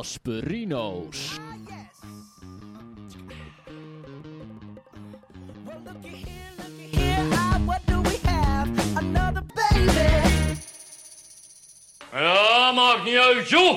Asperino's. Ja, maakt niet uit, joh.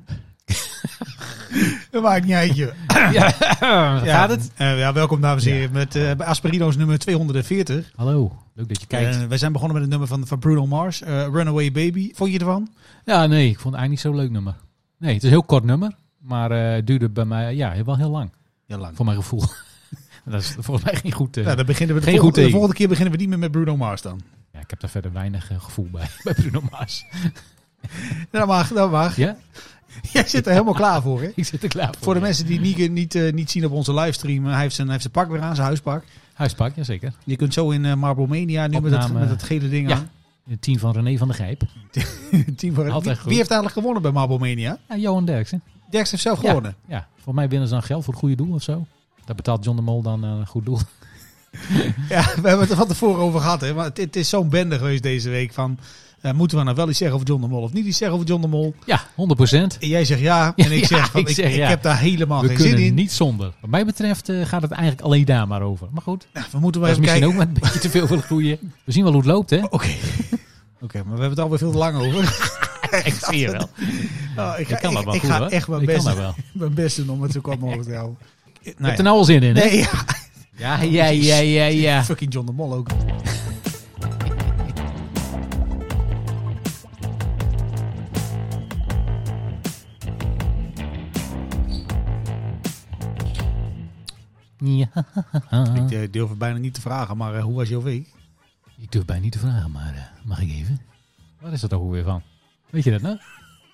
Dat maakt niet uit, joh. Gaat het? Welkom, dames en heren, met bij Asperino's nummer 240. Hallo, leuk dat je kijkt. Wij zijn begonnen met het nummer van Bruno Mars, Runaway Baby. Vond je ervan? Ja, nee, ik vond het eigenlijk niet zo'n leuk nummer. Nee, het is een heel kort nummer, maar het duurde bij mij wel heel lang. Heel lang. Voor mijn gevoel. Dat is volgens mij geen goed. Dan beginnen we geen de volgende keer beginnen we niet meer met Bruno Mars dan. Ja, ik heb daar verder weinig gevoel bij Bruno Mars. Dat mag. Ja? Jij zit er helemaal klaar voor, hè? Ik zit er klaar voor. Voor de mensen die niet zien op onze livestream, hij heeft zijn pak weer aan, zijn huispak. Huispak, jazeker. Je kunt zo in Marble Mania nu met het gele ding ja, aan. Het team van René van der Gijp. Team van, Altijd goed. Wie heeft eigenlijk gewonnen bij Marble Mania? Ja, Johan Derksen. Derksen heeft zelf gewonnen. Ja, voor mij winnen ze dan geld voor het goede doel of zo. Daar betaalt John de Mol dan een goed doel. Ja, we hebben het er van tevoren over gehad. Hè? Want het is zo'n bende geweest deze week van... moeten we nou wel iets zeggen over John de Mol of niet iets zeggen over John de Mol? Ja, 100%. En jij zegt ja. En ik zeg, ik heb daar helemaal geen zin in. We kunnen niet zonder. Wat mij betreft gaat het eigenlijk alleen daar maar over. Maar goed. Nou, we moeten wel dat is even misschien kijken. ook met een beetje te veel voor het goede. We zien wel hoe het loopt, hè? Oké, maar we hebben het alweer veel te lang over. Ik zie je wel. Ik ga echt mijn best doen om het zo kort mogelijk te houden. Je hebt er nou al zin in, hè? Nee, Ja. Fucking John de Mol ook. Ja. Ik durf het bijna niet te vragen, maar hoe was jouw week? Ik durf bijna niet te vragen, maar mag ik even? Waar is dat ook weer van? Weet je dat nou?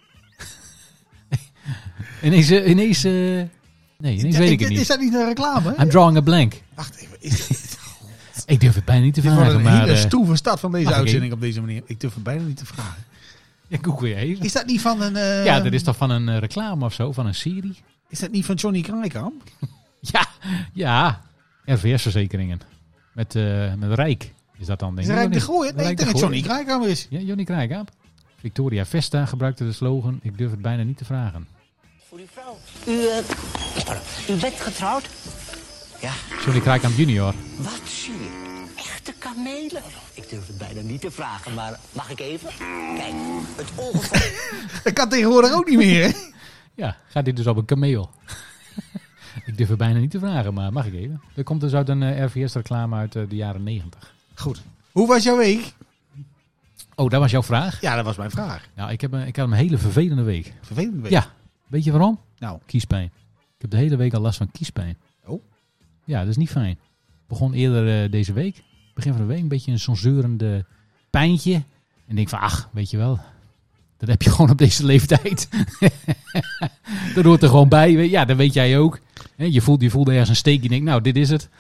ineens weet ik het niet. Is dat niet een reclame? I'm drawing a blank. Wacht even. Ik durf het bijna niet te Dit vragen. wordt een hele stoeve start van deze mag ik uitzending op deze manier. Ik durf het bijna niet te vragen. Ik google weer even. Is dat niet van een... Ja, dat is toch van een reclame of zo, van een serie? Is dat niet van Johnny Kraaikamp? Ja. RVS-verzekeringen. Met Rijk is dat dan, denk ik. Is Rijk de Gooier? Nee, ik denk dat Johnny Kraaikamp is. Ja, Johnny Kraaikamp. Victoria Vesta gebruikte de slogan: ik durf het bijna niet te vragen. Voor uw vrouw. U bent getrouwd? Ja. Johnny Kraaikamp junior. Wat zie je? Echte kamelen? Ik durf het bijna niet te vragen, maar mag ik even? Kijk, het ongeval... Dat kan tegenwoordig ook niet meer, hè? Ja, gaat dit dus op een kameel? Ik durf het bijna niet te vragen, maar mag ik even? Er komt dus uit een RVS-reclame uit de jaren 90. Goed. Hoe was jouw week? Oh, dat was jouw vraag? Ja, dat was mijn vraag. Nou, ik had een hele vervelende week. Vervelende week? Ja. Weet je waarom? Nou. Kiespijn. Ik heb de hele week al last van kiespijn. Oh. Ja, dat is niet fijn. Begon eerder deze week. Begin van de week een beetje zo'n zeurende pijntje. En ik denk van, weet je wel. Dat heb je gewoon op deze leeftijd. Dat hoort er gewoon bij. Ja, dat weet jij ook. Je voelt ergens een steek. Je denkt, nou, dit is het.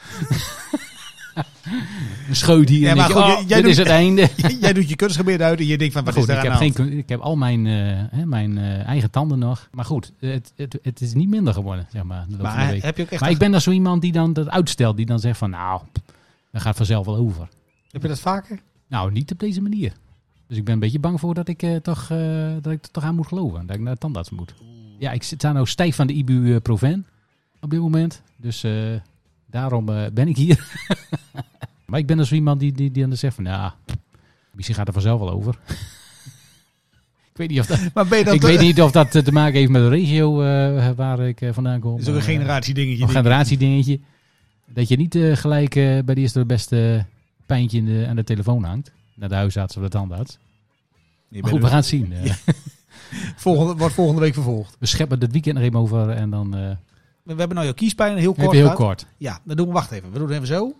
Een scheut hier. Ja, en goed, dit is het einde. Jij doet je kunstgebied uit en je denkt van, wat is daar aan de hand? Ik heb al mijn eigen tanden nog. Maar goed, het is niet minder geworden, zeg maar. Maar, heb je ook echt maar ik ben dan zo iemand die dan dat uitstelt. Die dan zegt van, nou, dat gaat vanzelf wel over. Heb je dat vaker? Nou, niet op deze manier. Dus ik ben een beetje bang voor dat ik toch aan moet geloven. Dat ik naar de tandarts moet. Ja, ik sta nou stijf van de ibuprofen op dit moment. Dus daarom ben ik hier. Maar ik ben dus iemand die dan zegt van... Ja, misschien gaat er vanzelf wel over. Ik weet niet of dat... Maar ik weet niet of dat te maken heeft met de regio waar ik vandaan kom. Dat is ook een generatiedingetje. Een generatiedingetje. Dat je niet gelijk bij de eerste beste pijntje aan de telefoon hangt. Naar de huisarts of de tandarts. Maar goed, we gaan het zien. Wordt volgende week vervolgd. We scheppen dit weekend nog even over en dan... We hebben nou jouw kiespijn heel kort. Heel kort. Ja, dan doen we... Wacht even. We doen het even zo.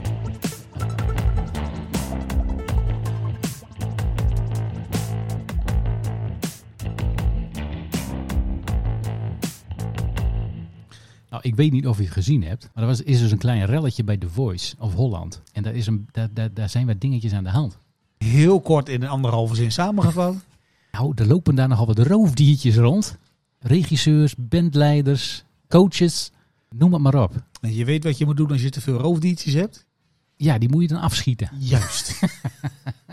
Nou, ik weet niet of je het gezien hebt, maar er is dus een klein relletje bij The Voice of Holland. En daar zijn wat dingetjes aan de hand. Heel kort in een 1,5 zin samengevat. Nou, er lopen daar nogal wat roofdiertjes rond. Regisseurs, bandleiders, coaches, noem het maar op. En je weet wat je moet doen als je te veel roofdiertjes hebt? Ja, die moet je dan afschieten. Juist.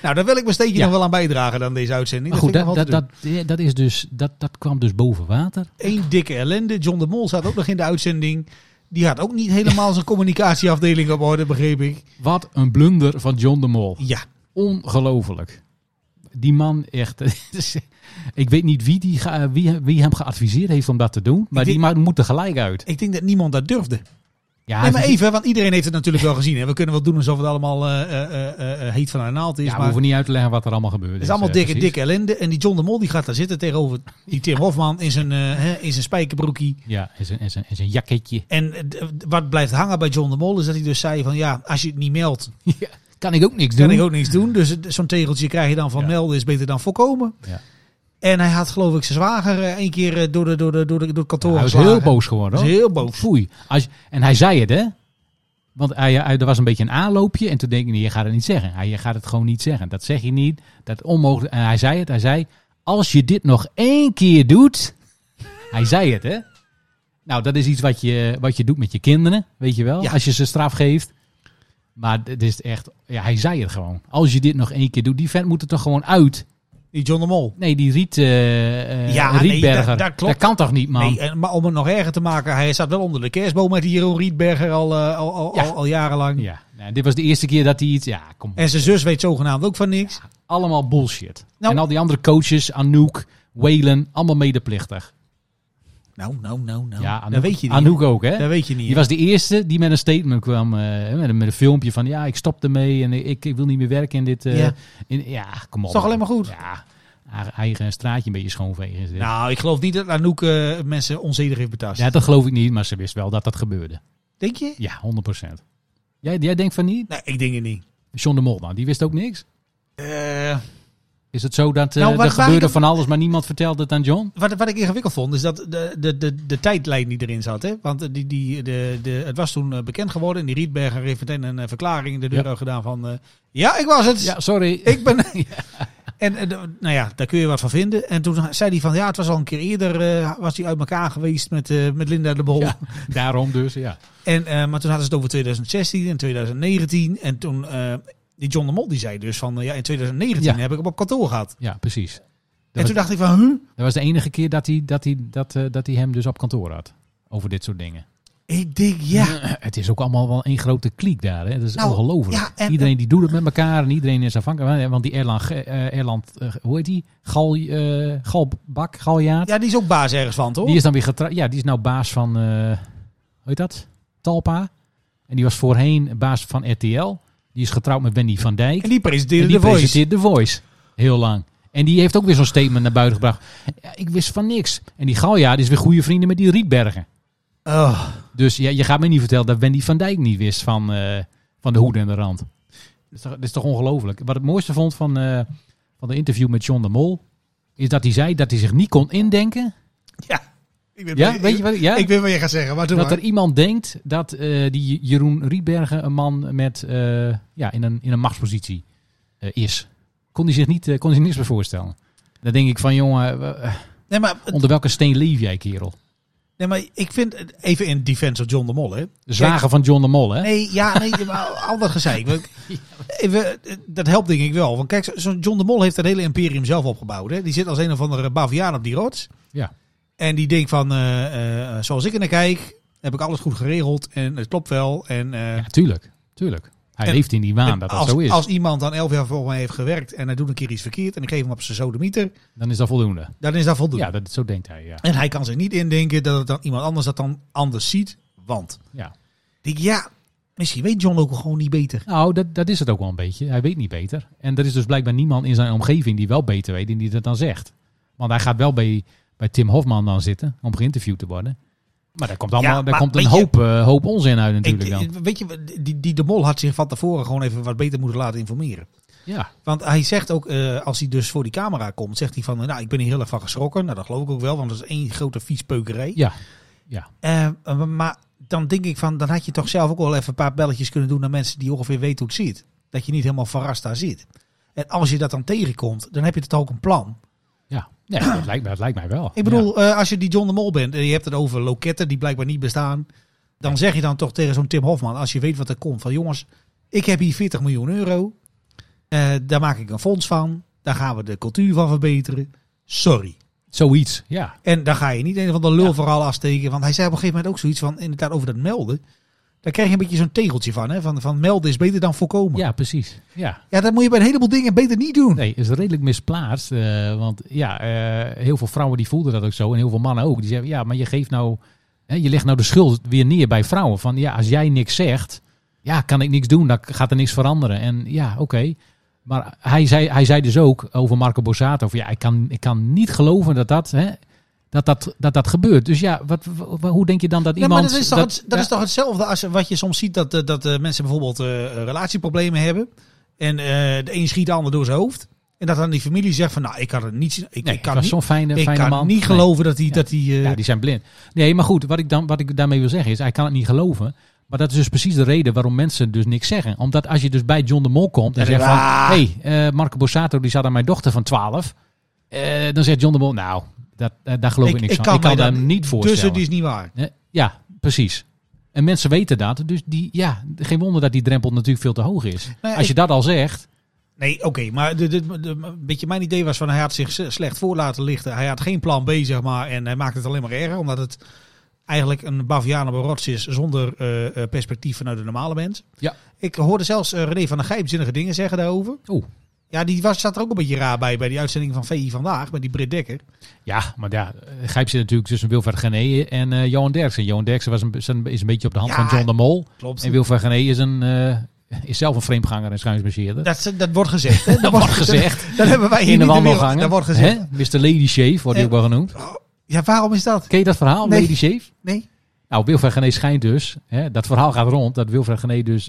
Nou, daar wil ik mijn steekje nog wel aan bijdragen dan deze uitzending. Maar goed, vind ik nog wel te doen. dat is dus, dat kwam dus boven water. Eén dikke ellende. John de Mol zat ook nog in de uitzending. Die had ook niet helemaal zijn communicatieafdeling op orde, begreep ik. Wat een blunder van John de Mol. Ja. Ongelooflijk. Die man echt... Ik weet niet wie hem geadviseerd heeft om dat te doen. Maar die man moet er gelijk uit. Ik denk dat niemand dat durfde. Ja, Nee, maar even, want iedereen heeft het natuurlijk wel gezien. Hè. We kunnen wel doen alsof het allemaal heet van een naald is. Ja, we maar hoeven niet uit te leggen wat er allemaal gebeurt. het is allemaal dikke ellende. En die John de Mol die gaat daar zitten tegenover die Tim Hofman in zijn spijkerbroekie. Ja, en zijn jacketje. En wat blijft hangen bij John de Mol is dat hij dus zei van ja, als je het niet meldt, Ja, kan ik ook niks doen. kan ik ook niks doen. Dus zo'n tegeltje krijg je dan van melden is beter dan voorkomen. Ja. En hij had geloof ik zijn zwager één keer door het kantoor Hij was geslagen. heel boos geworden. Hij Hoor. was heel boos. Foei. En hij zei het, hè? Want er was een beetje een aanloopje. En toen denk ik, nee, je gaat het niet zeggen. Je gaat het gewoon niet zeggen. Dat zeg je niet. Dat is onmogelijk. En hij zei het. Hij zei, als je dit nog 1 keer doet. Hij zei het, hè? Nou, dat is iets wat je doet met je kinderen. Weet je wel? Ja. Als je ze straf geeft. Maar het is echt... Ja, hij zei het gewoon. Als je dit nog 1 keer doet. Die vent moet er toch gewoon uit. Die John de Mol. Nee, die Ja, Rietberger. nee, dat klopt. Dat kan toch niet, man? Nee, maar om het nog erger te maken, hij zat wel onder de kerstboom met die Jeroen Rietberger al jarenlang. Ja, nou, dit was de eerste keer dat hij iets... Ja, kom op. En zijn zus weet zogenaamd ook van niks. Allemaal bullshit. Nou- En al die andere coaches, Anouk, Whalen, allemaal medeplichtig. Nou. Ja, dat weet je niet. Anouk ook, hè? Dat weet je niet. Die was de eerste die met een statement kwam. Met een filmpje van, ja, ik stop ermee en ik wil niet meer werken in dit... Ja. Kom op. Is toch alleen maar goed? Ja, haar eigen straatje een beetje schoonvegen. Is dit. Nou, ik geloof niet dat Anouk mensen onzedig heeft betast. Ja, dat geloof ik niet, maar ze wist wel dat dat gebeurde. Denk je? Ja, 100%. Jij denkt van niet? Nee, ik denk het niet. John de Mol, nou, die wist ook niks? Is het zo dat Nou, er gebeurde van alles, maar niemand vertelde het aan John? Wat ik ingewikkeld vond, is dat de tijdlijn die erin zat. Hè? Want het was toen bekend geworden. En die Rietberger heeft meteen een verklaring in de deur gedaan van... ja, ik was het. Ja, sorry. Ik ben... En nou ja, daar kun je wat van vinden. En toen zei hij van, ja, het was al een keer eerder... was hij uit elkaar geweest met Linda de Bol. Ja, daarom dus, ja. En, maar toen hadden ze het over 2016 en 2019. En toen... die John de Mol die zei dus van... in 2019 heb ik hem op kantoor gehad. Ja, precies. En toen dacht ik van... Dat was de enige keer dat hij hem dus op kantoor had. Over dit soort dingen. Ik denk, ja. Het is ook allemaal wel één grote kliek daar. Hè? Dat is ongelooflijk. ja, en- Iedereen die doet het met elkaar en iedereen is afhankelijk. Want die Erland hoe heet die? Galjaard. Ja, die is ook baas ergens van, toch? Die is dan weer getrouwd. Ja, die is nou baas van, hoe heet dat? Talpa. En die was voorheen baas van RTL. Die is getrouwd met Wendy van Dijk. En die presenteerde En die The Voice. presenteert The Voice. Heel lang. En die heeft ook weer zo'n statement naar buiten gebracht. Ja, ik wist van niks. En die Galjaard is weer goede vrienden met die Rietbergen. Oh. Dus ja, je gaat me niet vertellen dat Wendy van Dijk niet wist van de hoed en de rand. Dat is toch ongelooflijk. Wat ik mooiste vond van de interview met John de Mol... is dat hij zei dat hij zich niet kon indenken... Ja. Ik weet, Ja, weet je wat? Ja? Ik weet wat je gaat zeggen, maar doe Dat maar. er iemand denkt dat die Jeroen Rietbergen een man met in een machtspositie is. Kon hij zich niks meer voorstellen. Dan denk ik van, jongen, Nee, maar, onder welke steen leef jij, kerel? nee, maar ik vind, even in defense of John de Mol, hè. De zwager van John de Mol, hè? Nee, maar al dat gezeik. Even, dat helpt denk ik wel. Want kijk, zo'n John de Mol heeft het hele imperium zelf opgebouwd. Hè. Die zit als een of andere baviaan op die rots. Ja. En die denkt van, zoals ik er naar kijk, heb ik alles goed geregeld. En het klopt wel. En, Ja, tuurlijk. Hij En- leeft in die waan dat dat zo is. Als iemand dan 11 jaar voor mij heeft gewerkt en hij doet een keer iets verkeerd en ik geef hem op zijn sodemieter, Dan is dat voldoende. dan is dat voldoende. Ja, zo denkt hij, ja. En hij kan zich niet indenken dat het dan iemand anders dat dan anders ziet. Want, Ja. denk ik, ja, misschien weet John ook gewoon niet beter. Nou, dat is het ook wel een beetje. Hij weet niet beter. En er is dus blijkbaar niemand in zijn omgeving die wel beter weet en die dat dan zegt. Want hij gaat wel bij Tim Hofman dan zitten om geïnterviewd te worden. Maar daar komt, Ja, maar komt weet een hoop onzin uit natuurlijk dan. Weet je, die de Mol had zich van tevoren gewoon even wat beter moeten laten informeren. Ja, Want hij zegt ook, als hij dus voor die camera komt, zegt hij van, nou, ik ben hier heel erg van geschrokken. Nou, dat geloof ik ook wel, want dat is één grote viespeukerij. ja. Maar dan denk ik van, dan had je toch zelf ook wel even een paar belletjes kunnen doen naar mensen die ongeveer weten hoe het zit. Dat je niet helemaal verrast daar zit. En als je dat dan tegenkomt, dan heb je toch ook een plan. Ja, dat lijkt mij wel. Ik bedoel, als je die John de Mol bent en je hebt het over loketten die blijkbaar niet bestaan, dan zeg je dan toch tegen zo'n Tim Hofman, als je weet wat er komt, van jongens, ik heb hier 40 miljoen euro. Daar maak ik een fonds van. Daar gaan we de cultuur van verbeteren. Sorry. Zoiets, ja. En dan ga je niet een van de lulverhaal afsteken. Want hij zei op een gegeven moment ook zoiets van, inderdaad over dat melden. Daar krijg je een beetje zo'n tegeltje van. Hè? Van melden is beter dan voorkomen. Ja, precies. Ja. Ja, dat moet je bij een heleboel dingen beter niet doen. Nee, is redelijk misplaatst. Want heel veel vrouwen die voelden dat ook zo. En heel veel mannen ook. Die zeggen, ja, maar je geeft nou... je legt nou de schuld weer neer bij vrouwen. Van ja, als jij niks zegt, ja, kan ik niks doen. Dan gaat er niks veranderen. En ja, oké. Maar hij zei dus ook over Marco Borsato. Van, ja, ik kan niet geloven dat gebeurt. Dus ja, hoe denk je dan dat iemand... Maar dat is toch hetzelfde als wat je soms ziet dat mensen bijvoorbeeld relatieproblemen hebben. En de een schiet de ander door zijn hoofd. En dat dan die familie zegt van, nou, ik kan het niet... Ik kan zo'n fijne man. Ik kan niet geloven dat hij... Ja, die zijn blind. Nee, maar goed, wat ik daarmee wil zeggen is, hij kan het niet geloven. Maar dat is dus precies de reden waarom mensen dus niks zeggen. Omdat als je dus bij John de Mol komt en zegt van... Marco Borsato die zat aan mijn dochter van 12. Dan zegt John de Mol, nou, daar geloof ik niks van. Ik kan dat niet voorstellen. Dus het is niet waar. Ja, precies. En mensen weten dat. Dus geen wonder dat die drempel natuurlijk veel te hoog is. Nou ja, als je dat al zegt... Nee, oké, maar een beetje mijn idee was van hij had zich slecht voor laten lichten. Hij had geen plan B, zeg maar, en hij maakte het alleen maar erger. Omdat het eigenlijk een baviaan op een rots is zonder perspectief vanuit de normale mens. Ja. Ik hoorde zelfs René van der Gijp zinnige dingen zeggen daarover. Oeh. Ja, zat er ook een beetje raar bij die uitzending van VI Vandaag, met die Britt Dekker. Ja, maar ja, Gijp zit natuurlijk tussen Wilfred Gené en Johan Derksen. Johan Derksen is een beetje op de hand van John de Mol. Klopt. En Wilfred Gené is zelf een vreemdganger en schuinsbezeerder. Dat wordt gezegd. Hè? Dat wordt gezegd. Dat hebben wij hier in de niet wandelgangen. Dat wordt gezegd. Mr. Lady Shave wordt hij ook wel genoemd. Ja, waarom is dat? Ken je dat verhaal, nee. Lady Shave? Nee. Nou, Wilfred Gené schijnt dus, dat verhaal gaat rond, dat Wilfred Gené dus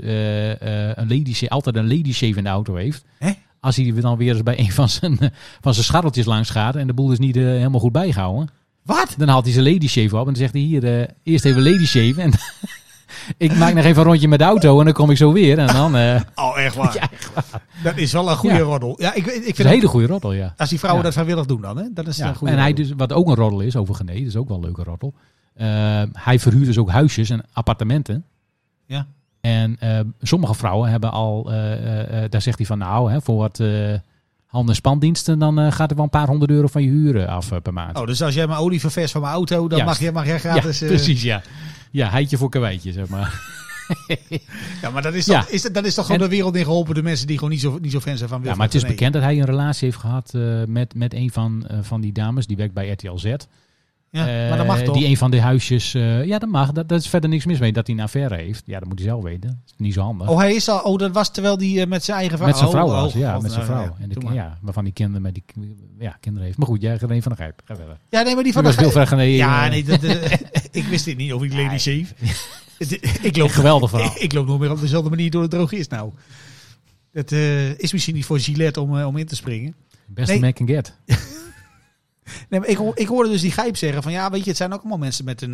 altijd een Lady Shave in de auto heeft. Als hij dan weer eens bij een van zijn scharreltjes langs gaat en de boel is niet helemaal goed bijgehouden. Wat? Dan haalt hij zijn Lady Shave op en dan zegt hij hier, eerst even Lady Shave en... Ik maak nog even een rondje met de auto en dan kom ik zo weer. En dan, oh, echt waar? Ja, echt waar. Dat is wel een goede roddel. Ja, ik vind een hele goede roddel, ja. Als die vrouwen dat vrijwillig doen dan, hè? Dat is een goede en roddel. hij dus, wat ook een roddel is over Gené, dat is ook wel een leuke roddel. Hij verhuurt dus ook huisjes en appartementen. Ja. En sommige vrouwen hebben al, daar zegt hij van nou, voor wat hand- en spandiensten, dan gaat er wel een paar €100 van je huur af per maand. Oh, dus als jij mijn olie vervest van mijn auto, dan mag jij gratis... Ja, precies, ja. Ja, heitje voor karweitje, zeg maar. Ja, maar dat is toch gewoon de wereld in geholpen, de mensen die gewoon niet zo fan zijn van Wilfred. Ja, maar het is bekend dat hij een relatie heeft gehad met een van die dames, die werkt bij RTL Z. Ja, maar dat mag toch? Die een van de huisjes, dat mag. Dat is verder niks mis mee dat hij een affaire heeft. Ja, dat moet hij zelf weten. Dat is niet zo handig. Oh, hij is al. Oh, dat was terwijl hij met zijn eigen vrouw. Met zijn vrouw was, ja, met zijn vrouw. En waarvan die kinderen met die kinderen heeft. Maar goed, jij René van der Gijp. Ga verder. Ja, nee, maar die van der Gijp. Ja, nee, ik wist dit niet over die Lady Shave. Ik loop geweldig verhaal. Ik loop nog meer op dezelfde manier door de drogist nou. Het is misschien niet voor Gillette om in te springen. Beste man can get. Nee, maar ik hoorde dus die Gijp zeggen van ja, weet je, het zijn ook allemaal mensen met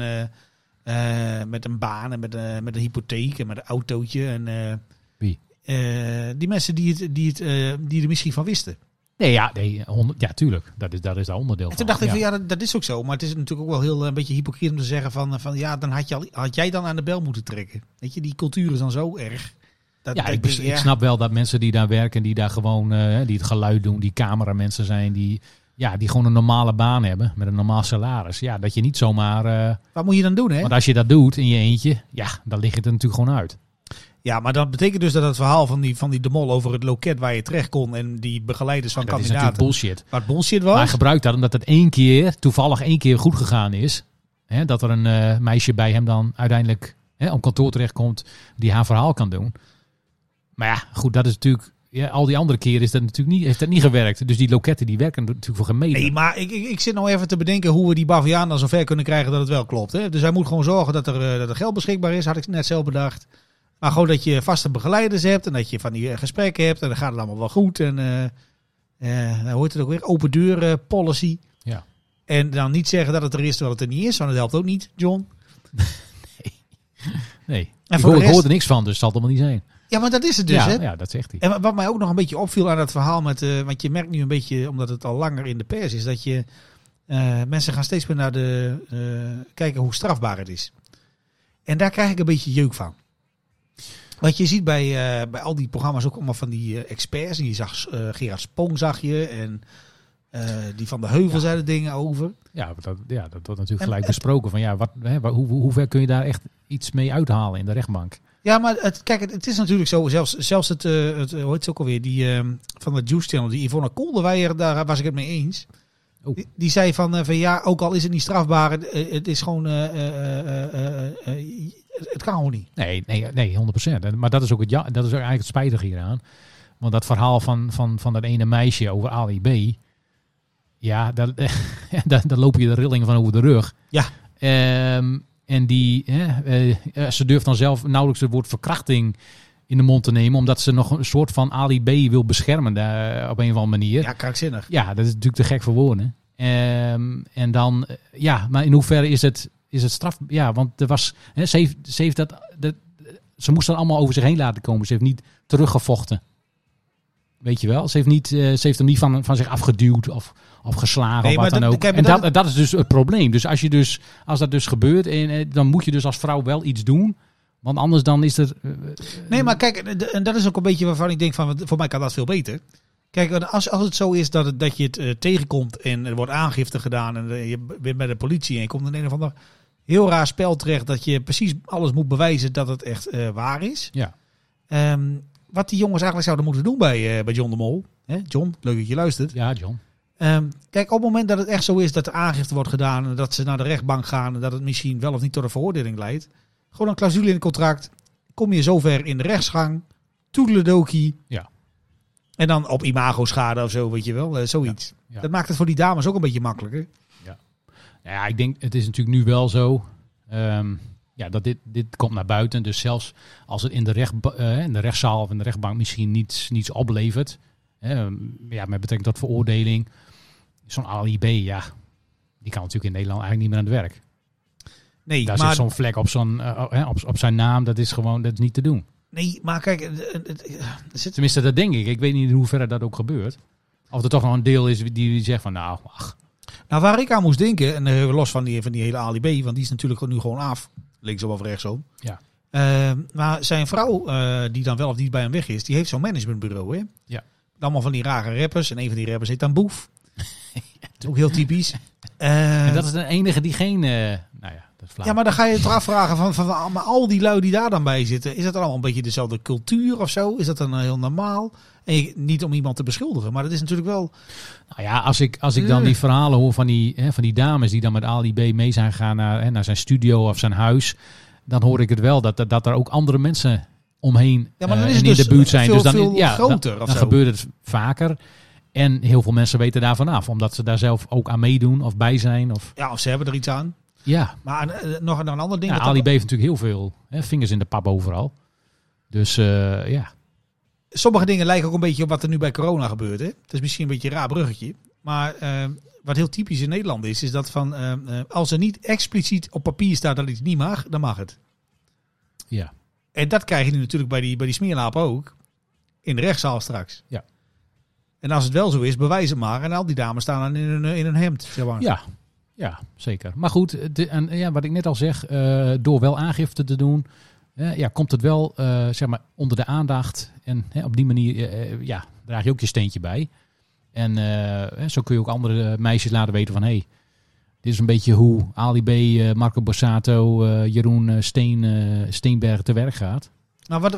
een baan en met een hypotheek en met een autootje. En, wie? Die mensen die er misschien van wisten. Nee, tuurlijk. Dat is daar onderdeel van. En toen dacht ik van ja, dat is ook zo. Maar het is natuurlijk ook wel heel een beetje hypocriet om te zeggen van ja, dan had jij dan aan de bel moeten trekken. Weet je, die cultuur is dan zo erg. Ik snap wel dat mensen die daar werken, die daar gewoon die het geluid doen, die cameramensen zijn, die gewoon een normale baan hebben met een normaal salaris. Ja, dat je niet zomaar... Wat moet je dan doen, hè? Want als je dat doet in je eentje, dan ligt het er natuurlijk gewoon uit. Ja, maar dat betekent dus dat het verhaal van die de Mol over het loket waar je terecht kon en die begeleiders van kandidaten... Dat is natuurlijk bullshit. Wat bullshit was. Maar hij gebruikt dat omdat het toevallig één keer goed gegaan is. Hè, dat er een meisje bij hem dan uiteindelijk op kantoor terechtkomt die haar verhaal kan doen. Maar ja, goed, dat is natuurlijk... Ja, al die andere keren heeft dat niet gewerkt. Dus die loketten die werken natuurlijk voor gemeten. Nee, maar ik zit nou even te bedenken hoe we die baviaan dan zover kunnen krijgen dat het wel klopt. Hè? Dus hij moet gewoon zorgen dat er geld beschikbaar is, had ik net zelf bedacht. Maar gewoon dat je vaste begeleiders hebt en dat je van die gesprekken hebt en dan gaat het allemaal wel goed. En dan hoort het ook weer open deur policy. Ja. En dan niet zeggen dat het er is terwijl het er niet is, want dat helpt ook niet, John. Nee. Ik hoor er niks van, dus het zal het allemaal niet zijn. Ja, maar dat is het dus, hè? Ja, dat zegt hij. En wat mij ook nog een beetje opviel aan dat verhaal want je merkt nu een beetje, omdat het al langer in de pers is, dat je mensen gaan steeds meer naar kijken hoe strafbaar het is. En daar krijg ik een beetje jeuk van. Wat je ziet bij al die programma's ook allemaal van die experts. En je zag Gerard Spong zag je. En die van de Heuvel zeiden dingen over. Ja, dat wordt natuurlijk gelijk besproken. Van hoe ver kun je daar echt iets mee uithalen in de rechtbank? Ja, maar het is natuurlijk zo. Zelfs het hoe heet het ook alweer? Die van de Juice Channel. Die Yvonne Kolderweijer, daar was ik het mee eens. Oh. Die zei van ja, ook al is het niet strafbaar. Het is gewoon... het kan gewoon niet. Nee, 100%. Maar dat is ook dat is ook eigenlijk het spijtige hieraan. Want dat verhaal van dat ene meisje over Ali B. Ja, daar loop je de rillingen van over de rug. Ja. En ze durft dan zelf nauwelijks het woord verkrachting in de mond te nemen. Omdat ze nog een soort van Ali B wil beschermen op een of andere manier. Ja, krankzinnig. Ja, dat is natuurlijk te gek voor woorden. En dan, maar in hoeverre is het straf? Ja, want er was, ze moest dat allemaal over zich heen laten komen. Ze heeft niet teruggevochten. Weet je wel? Ze heeft hem niet van zich afgeduwd of geslagen of wat dan ook. En dat is dus het probleem. Dus als dat dus gebeurt, dan moet je dus als vrouw wel iets doen. Want anders dan is er... Nee, maar kijk, en dat is ook een beetje waarvan ik denk van, voor mij kan dat veel beter. Kijk, als het zo is dat je het tegenkomt en er wordt aangifte gedaan en je bent bij de politie en je komt in een of ander heel raar spel terecht dat je precies alles moet bewijzen dat het echt waar is. Ja. Wat die jongens eigenlijk zouden moeten doen bij John de Mol. Hè? John, leuk dat je luistert. Ja, John. Kijk, op het moment dat het echt zo is dat de aangifte wordt gedaan en dat ze naar de rechtbank gaan en dat het misschien wel of niet tot een veroordeling leidt. Gewoon een clausule in het contract. Kom je zover in de rechtsgang. Toedeledokie. Ja. En dan op imago-schade of zo, weet je wel. Zoiets. Ja. Dat maakt het voor die dames ook een beetje makkelijker. Ja, ik denk, het is natuurlijk nu wel zo dat dit komt naar buiten. Dus zelfs als het in de rechtszaal of in de rechtbank misschien niets oplevert. Met betrekking tot veroordeling. Zo'n Ali B, die kan natuurlijk in Nederland eigenlijk niet meer aan het werk. Nee, daar zit zo'n vlek op zijn naam. Dat is niet te doen. Nee, maar kijk... Tenminste, dat denk ik. Ik weet niet in hoeverre dat ook gebeurt. Of er toch nog een deel is die zegt van Nou, waar ik aan moest denken, en los van die hele Ali B, want die is natuurlijk nu gewoon af. Linksom of rechtsom. Ja. Maar zijn vrouw, die dan wel of niet bij hem weg is, die heeft zo'n managementbureau, hè? Ja. Allemaal van die rare rappers. En een van die rappers heet dan Boef. Dat is ook heel typisch. En dat is de enige die geen... dat is flauw. Ja, maar dan ga je toch afvragen van al die lui die daar dan bij zitten. Is dat dan allemaal een beetje dezelfde cultuur of zo? Is dat dan heel normaal? En niet om iemand te beschuldigen, maar dat is natuurlijk wel... Nou ja, als ik dan die verhalen hoor van die dames die dan met Ali B mee zijn gegaan naar zijn studio of zijn huis. Dan hoor ik het wel dat er ook andere mensen omheen dan is en het in de buurt zijn. Veel, dus dan, veel groter dan of zo. gebeurt het vaker. En heel veel mensen weten daarvan af. Omdat ze daar zelf ook aan meedoen of bij zijn. Of ze hebben er iets aan. Ja. Maar nog een ander ding. Ali B heeft natuurlijk heel veel vingers in de pap overal. Dus Sommige dingen lijken ook een beetje op wat er nu bij corona gebeurt. Hè? Het is misschien een beetje een raar bruggetje. Maar wat heel typisch in Nederland is dat van als er niet expliciet op papier staat dat iets niet mag, dan mag het. Ja. En dat krijg je nu natuurlijk bij die smeerlapen ook. In de rechtszaal straks. Ja. En als het wel zo is, bewijs het maar. En al die dames staan dan in een hemd. Zeg maar. Ja, zeker. Maar goed, wat ik net al zeg, door wel aangifte te doen, komt het wel onder de aandacht. En op die manier draag je ook je steentje bij. En zo kun je ook andere meisjes laten weten van dit is een beetje hoe Ali B, Marco Borsato, Jeroen Steenberg te werk gaat. Nou,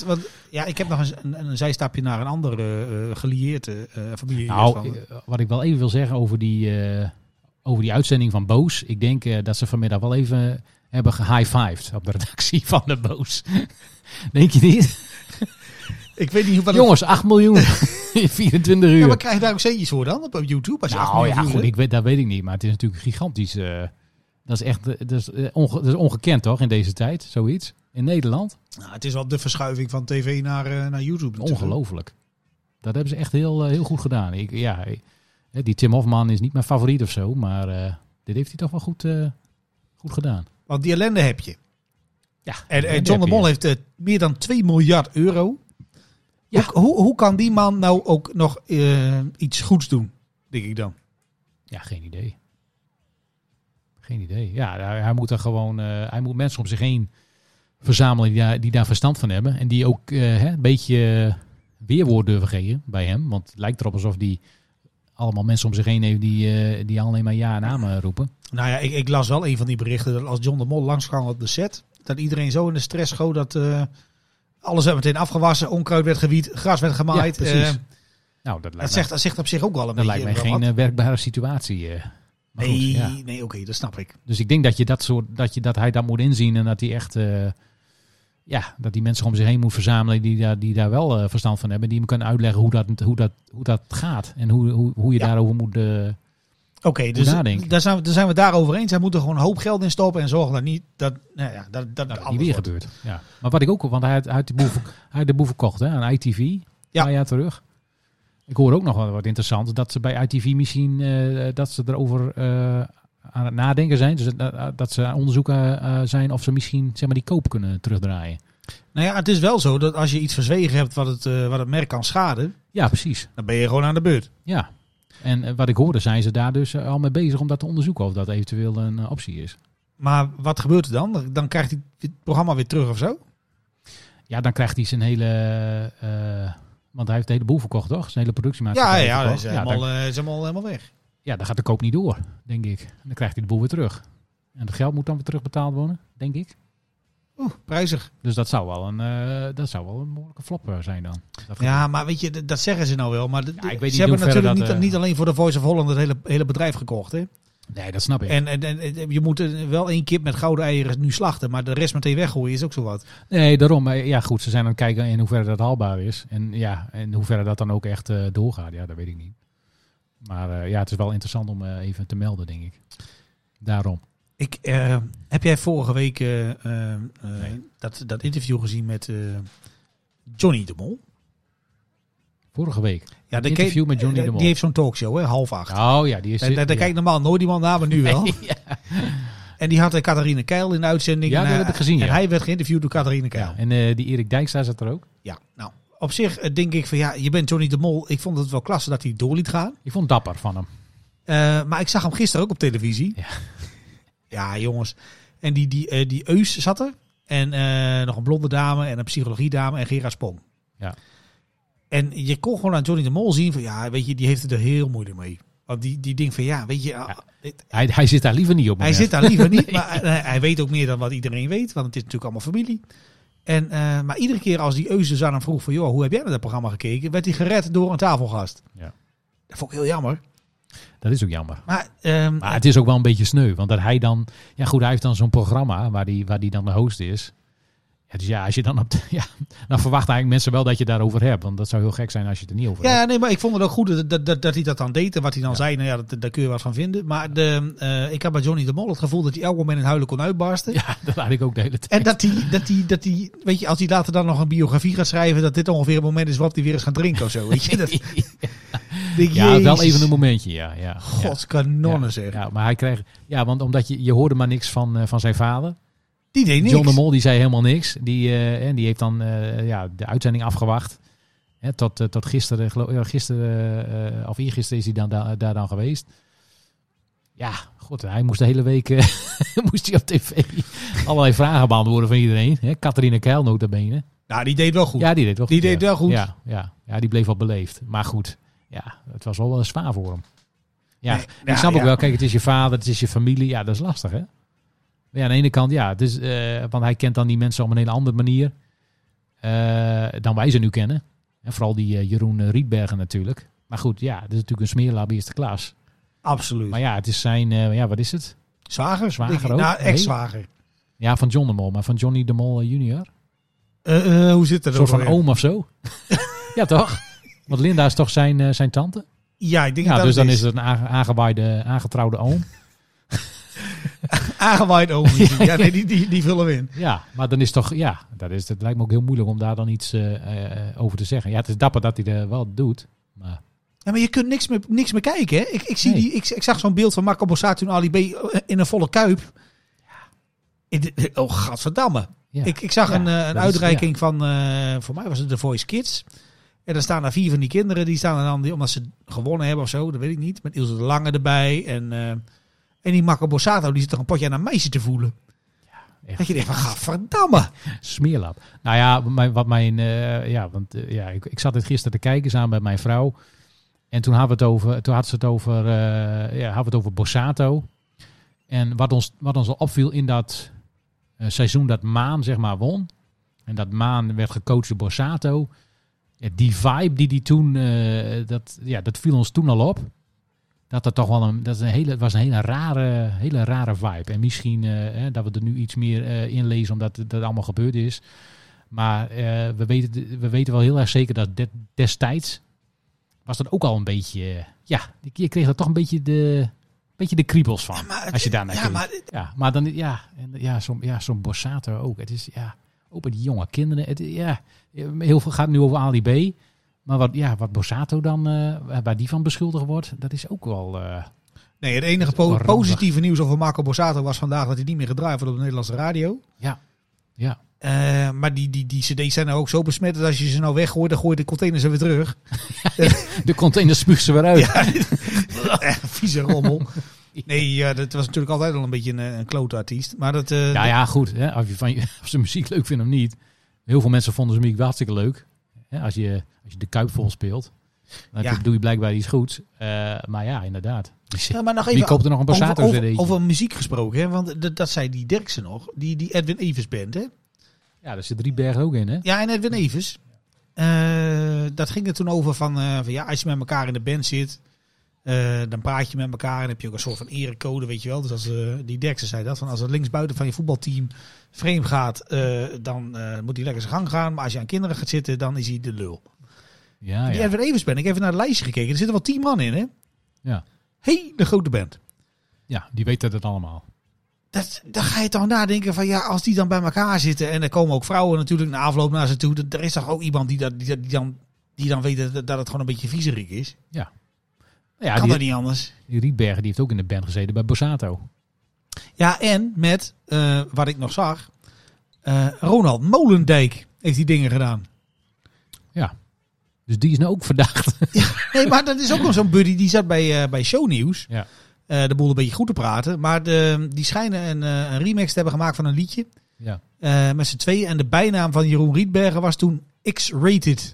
ik heb nog een zijstapje naar een andere gelieerde familie. Wat ik wel even wil zeggen over die uitzending van Boos. Ik denk dat ze vanmiddag wel even hebben gehigh-fived op de redactie van de Boos. Denk je niet? Ik weet niet hoe... Jongens, 8 miljoen in 24 uur. Ja, maar krijg je daar ook centjes voor dan op YouTube? Als je 8 miljoen goed, dat weet ik niet. Maar het is natuurlijk gigantisch. Dat is echt dat is ongekend toch in deze tijd, zoiets. In Nederland. Nou, het is wel de verschuiving van tv naar YouTube. Ongelooflijk. Dat hebben ze echt heel goed gedaan. Die Tim Hofman is niet mijn favoriet of zo. Maar dit heeft hij toch wel goed gedaan. Want die ellende heb je. Ja, en John de Mol heeft meer dan 2 miljard euro. Ja. Hoe kan die man nou ook nog iets goeds doen, denk ik dan? Ja, geen idee. Ja, hij moet er gewoon... hij moet mensen om zich heen verzamelen die daar verstand van hebben. En die ook een beetje weerwoord durven geven bij hem. Want het lijkt erop alsof die allemaal mensen om zich heen heeft die alleen maar ja en amen roepen. Nou ja, ik las wel een van die berichten dat als John de Mol langskwam op de set, dat iedereen zo in de stress schoot dat alles werd meteen afgewassen, onkruid werd gewied, gras werd gemaaid. Ja, precies. Nou, dat zegt op zich ook wel een dat beetje. lijkt mij geen werkbare situatie. Maar goed, ja. Nee, oké, dat snap ik. Dus ik denk dat hij dat moet inzien en dat hij echt dat die mensen om zich heen moet verzamelen die daar wel verstand van hebben, die hem kunnen uitleggen hoe dat gaat en hoe je daarover moet Oké, dus nadenken. daar zijn we het daarover eens. Hij moet er gewoon een hoop geld in stoppen en zorgen dat niet dat niet weer gebeurt. Ja. Maar wat ik ook, want hij had de boel verkocht hè, aan ITV een paar jaar terug. Ik hoor ook nog wel wat interessant, dat ze bij ITV misschien dat ze erover aan het nadenken zijn. Dus dat ze aan onderzoeken zijn of ze misschien zeg maar die koop kunnen terugdraaien. Nou ja, het is wel zo dat als je iets verzwegen hebt wat het merk kan schaden, ja, precies. Dan ben je gewoon aan de beurt. Ja. En wat ik hoorde, zijn ze daar dus al mee bezig om dat te onderzoeken of dat eventueel een optie is. Maar wat gebeurt er dan? Dan krijgt hij het programma weer terug of zo? Ja, dan krijgt hij zijn hele... want hij heeft de hele boel verkocht, toch? Zijn hele productiemaatschappij dat is helemaal weg. Ja, dan gaat de koop niet door, denk ik. En dan krijgt hij de boel weer terug. En het geld moet dan weer terugbetaald worden, denk ik. Prijzig. Dus dat zou wel een behoorlijke flop zijn dan. Ja, maar weet je, dat zeggen ze nou wel. Maar ik weet ze hebben natuurlijk dat, niet alleen voor de Voice of Holland het hele bedrijf gekocht, hè? Nee, dat snap ik. En je moet wel 1 kip met gouden eieren nu slachten, maar de rest meteen weggooien is ook zo wat. Nee, daarom. Maar ja, goed, ze zijn aan het kijken in hoeverre dat haalbaar is. En ja, in hoeverre dat dan ook echt doorgaat. Ja, dat weet ik niet. Maar het is wel interessant om even te melden, denk ik. Daarom. Heb jij vorige week dat interview gezien met Johnny de Mol? Vorige week? Ja, een interview met Johnny de Mol. Die heeft zo'n talkshow, hè, 7:30. Oh ja, die is... Daar kijkt normaal nooit iemand naar, maar nu wel. Ja. En die had Catharine Keil in de uitzending. Ja, dat heb ik gezien, En hij werd geïnterviewd door Catharine Keil. Ja, en die Erik Dijkstra zat er ook. Ja, nou, op zich denk ik van je bent Johnny de Mol. Ik vond het wel klasse dat hij door liet gaan. Ik vond het dapper van hem. Maar ik zag hem gisteren ook op televisie. Ja. Ja, jongens. En die Eus zat er. En nog een blonde dame en een psychologiedame en Gerard Spong. Ja. En je kon gewoon aan Johnny de Mol zien van weet je, die heeft het er heel moeilijk mee. Want die denkt van weet je... Hij zit daar liever niet op. Hij zit daar liever niet, maar hij weet ook meer dan wat iedereen weet. Want het is natuurlijk allemaal familie. En, maar iedere keer als die Eus dus aan hem vroeg van hoe heb jij naar dat programma gekeken? Werd hij gered door een tafelgast. Ja. Dat vond ik heel jammer. Dat is ook jammer. Maar het is ook wel een beetje sneu. Want dat hij dan... Ja goed, hij heeft dan zo'n programma waar die dan de host is. Ja, dus als je dan dan verwachten eigenlijk mensen wel dat je daarover hebt. Want dat zou heel gek zijn als je het er niet over hebt. Ja, nee, maar ik vond het ook goed dat hij dat dan deed. En wat hij dan zei, daar kun je wat van vinden. Maar ik had bij Johnny de Mol het gevoel dat hij elk moment in huilen kon uitbarsten. Ja, dat had ik ook de hele tijd. En dat hij weet je, als hij later dan nog een biografie gaat schrijven, dat dit ongeveer het moment is waarop hij weer eens gaat drinken of zo. Weet je, wel even een momentje, ja. Godskanonnen zeg. Ja, maar hij kreeg... Ja, want omdat je hoorde maar niks van zijn vader. Die deed niks. John de Mol die zei helemaal niks. Die heeft dan de uitzending afgewacht. Tot gisteren, of eergisteren is hij dan daar dan geweest. Ja, goed, hij moest de hele week moest hij op tv allerlei vragen beantwoorden van iedereen. Catharine Keil notabene. Nou, die deed wel goed. Ja, die deed wel goed. Die deed wel goed. Ja, die bleef wel beleefd. Maar goed, ja, het was wel zwaar voor hem. Ja, nee, ik snap ook wel. Kijk, het is je vader, het is je familie. Ja, dat is lastig, hè? Ja, aan de ene kant, het is, want hij kent dan die mensen op een hele andere manier dan wij ze nu kennen. En vooral die Jeroen Rietbergen natuurlijk. Maar goed, het is natuurlijk een smeerlap eerste klas. Absoluut. Maar het is zijn, wat is het? Zwager? Zwager ook? Nou, ex-zwager. Ja, van John de Mol, maar van Johnny de Mol junior. Hoe zit het? Een soort van oom of zo. Ja, toch? Want Linda is toch zijn tante? Ja, ik denk dat dus dan is het een aangetrouwde oom. Aangewaaid oom. Ja, nee, die vullen we in. Ja, maar dan is toch... Ja, het lijkt me ook heel moeilijk om daar dan iets over te zeggen. Ja, het is dapper dat hij er wel doet. Maar... Ja, maar je kunt niks meer kijken, hè? Ik zag zo'n beeld van Marco Borsato en Ali B in een volle kuip. Oh, gadverdamme. Ja. Ik zag een uitreiking van... voor mij was het The Voice Kids. En dan staan er 4 van die kinderen. Die staan er dan omdat ze gewonnen hebben of zo. Dat weet ik niet. Met Ilse de Lange erbij. En die Marco Borsato, die zit toch een potje aan een meisje te voelen. Echt. Dat je denkt van, gadverdamme. Smeerlap. Nou ja, ik zat dit gisteren te kijken samen met mijn vrouw. En toen hadden we het over Borsato. En wat ons al opviel in dat seizoen dat Maan zeg maar won. En dat Maan werd gecoacht door Borsato. Ja, die vibe die toen, dat viel ons toen al op. Dat was een hele rare vibe. En misschien dat we er nu iets meer in lezen omdat dat allemaal gebeurd is. Maar we weten wel heel erg zeker dat destijds was dat ook al een beetje... je kreeg er toch een beetje de kriebels van. Ja, als je daar naar kijkt. Zo'n Borsato ook. Het is ook bij die jonge kinderen. Heel veel gaat nu over Ali B. Maar wat Borsato dan, waar die van beschuldigd wordt, dat is ook wel... Nee, het enige positieve nieuws over Marco Borsato was vandaag dat hij niet meer gedraaid wordt op de Nederlandse radio. Ja. Maar die cd's zijn nou ook zo besmet dat als je ze nou weggooit, dan gooi je de containers er weer terug. De containers spuugt ze weer uit. Vieze rommel. Nee, dat was natuurlijk altijd al een beetje een klote artiest. Maar dat, goed. Hè, of ze muziek leuk vindt of niet. Heel veel mensen vonden zijn muziek wel hartstikke leuk. Hè, als je de Kuip vol speelt, dan doe je blijkbaar iets goeds. Maar ja, inderdaad. Maar nog even, wie koopt er nog een Borsato CD? Over muziek gesproken, hè? Want dat zei die Derksen nog. Die Edwin Evers band, hè? Ja, daar zit Driebergen ook in, hè? Ja, en Edwin Evers. Dat ging er toen over van als je met elkaar in de band zit, dan praat je met elkaar en heb je ook een soort van erecode, weet je wel. Dus als die Derksen zei dat, van als het linksbuiten van je voetbalteam vreemd gaat, dan moet hij lekker zijn gang gaan. Maar als je aan kinderen gaat zitten, dan is hij de lul. Ja, die Edwin Evers band, ik heb even naar het lijstje gekeken. Er zitten wel 10 man in, hè? Ja. Hele grote band. Ja, die weten het allemaal. Dan ga je toch nadenken van als die dan bij elkaar zitten en er komen ook vrouwen natuurlijk na afloop naar ze toe. Er is toch ook iemand die dan weet dat het gewoon een beetje viezerik is. Ja. Kan dat niet anders. Die Rietbergen die heeft ook in de band gezeten bij Borsato. Ja, en met, wat ik nog zag, Ronald Molendijk heeft die dingen gedaan. Ja. Dus die is nou ook verdacht. Ja, nee, maar dat is ook nog zo'n buddy. Die zat bij Shownieuws. Ja. De boel een beetje goed te praten. Maar die schijnen een remix te hebben gemaakt van een liedje. Ja. Met z'n tweeën. En de bijnaam van Jeroen Rietbergen was toen X-rated.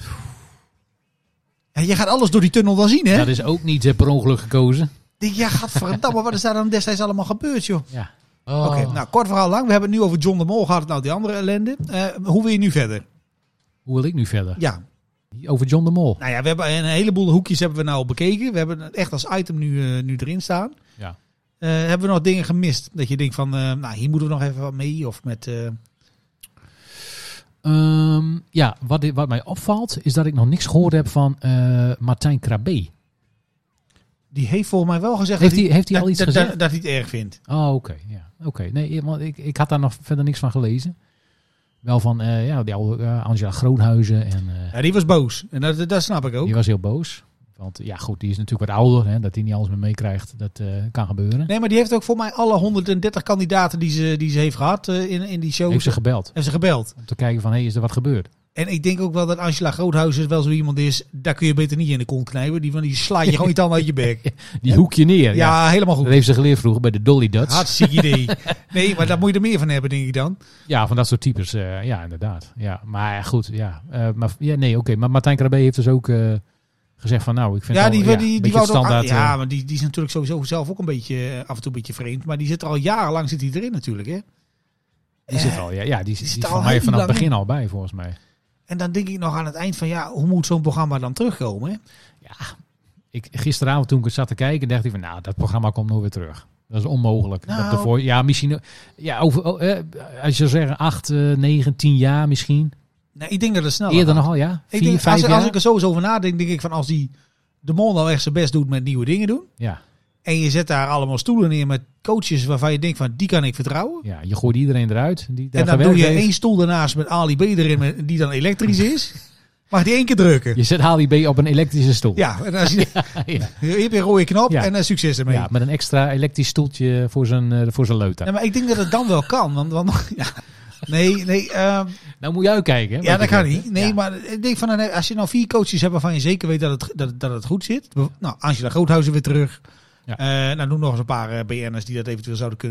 En je gaat alles door die tunnel dan zien, hè? Dat is ook niet per ongeluk gekozen. Ja, gadverdamme. Wat is daar dan destijds allemaal gebeurd, joh? Ja. Oké, nou, kort verhaal lang. We hebben het nu over John de Mol gehad. Nou, die andere ellende. Hoe wil je nu verder? Hoe wil ik nu verder? Ja. Over John de Mol. Nou ja, we hebben een heleboel hoekjes hebben we nou bekeken. We hebben het echt als item nu erin staan. Ja. Hebben we nog dingen gemist? Dat je denkt van, hier moeten we nog even wat mee? Of met... Wat mij opvalt is dat ik nog niks gehoord heb van Martijn Krabbe. Die heeft volgens mij wel gezegd heeft hij al iets gezegd? Dat hij het erg vindt. Oh, oké. Ja. Oké. Nee, want ik had daar nog verder niks van gelezen. Wel van die oude Angela Groothuizen. En, die was boos. En dat snap ik ook. Die was heel boos. Want ja, goed, die is natuurlijk wat ouder. Hè, dat hij niet alles meer meekrijgt. Dat kan gebeuren. Nee, maar die heeft ook voor mij alle 130 kandidaten die ze heeft gehad in die show. Heeft ze gebeld. Om te kijken van, is er wat gebeurd? En ik denk ook wel dat Angela Groothuizen wel zo iemand is. Daar kun je beter niet in de kont knijpen. Die slaat je gewoon niet aan uit je bek. Die hoek je neer. Ja, helemaal goed. Dat heeft ze geleerd vroeger bij de Dolly Dots. Hartstikke idee. Nee, maar daar moet je er meer van hebben, denk ik dan. Ja, van dat soort types. Ja, inderdaad. Ja, maar goed. Ja. Maar Martijn Krabbe heeft dus ook gezegd van, nou, ik vind die wou standaard. Ja, maar die is natuurlijk sowieso zelf ook een beetje af en toe een beetje vreemd. Maar die zit er al jarenlang erin natuurlijk, hè? Die zit al, die zit van mij vanaf het begin al bij, volgens mij. En dan denk ik nog aan het eind van, hoe moet zo'n programma dan terugkomen? Hè? Ja, gisteravond toen ik het zat te kijken, dacht ik van, dat programma komt nooit weer terug. Dat is onmogelijk. Nou, Misschien, als je zou zeggen 8, 9, 10 jaar misschien. Nee, ik denk dat het sneller eerder gaat. nogal, ja. 4, 5 jaar. Als ik er sowieso over nadenk, denk ik van, als de Mol nou echt zijn best doet met nieuwe dingen doen. Ja. En je zet daar allemaal stoelen neer met coaches waarvan je denkt van, die kan ik vertrouwen. Ja, je gooit iedereen eruit. En dan doe je 1 stoel ernaast met Ali B erin, die dan elektrisch is. Mag die 1 keer drukken. Je zet Ali B op een elektrische stoel. Ja, en als je hebt een rode knop en succes ermee. Ja, met een extra elektrisch stoeltje voor zijn leuter. Ja, maar ik denk dat het dan wel kan. Want nee. Nou moet je uitkijken. Hè, ja, dat kan niet. Nee, maar ik denk van, als je nou 4 coaches hebt waarvan je zeker weet dat het goed zit. Nou, Angela Groothuizen weer terug. Ja. Nou, noem nog eens een paar BN'ers die dat eventueel zouden kunnen doen.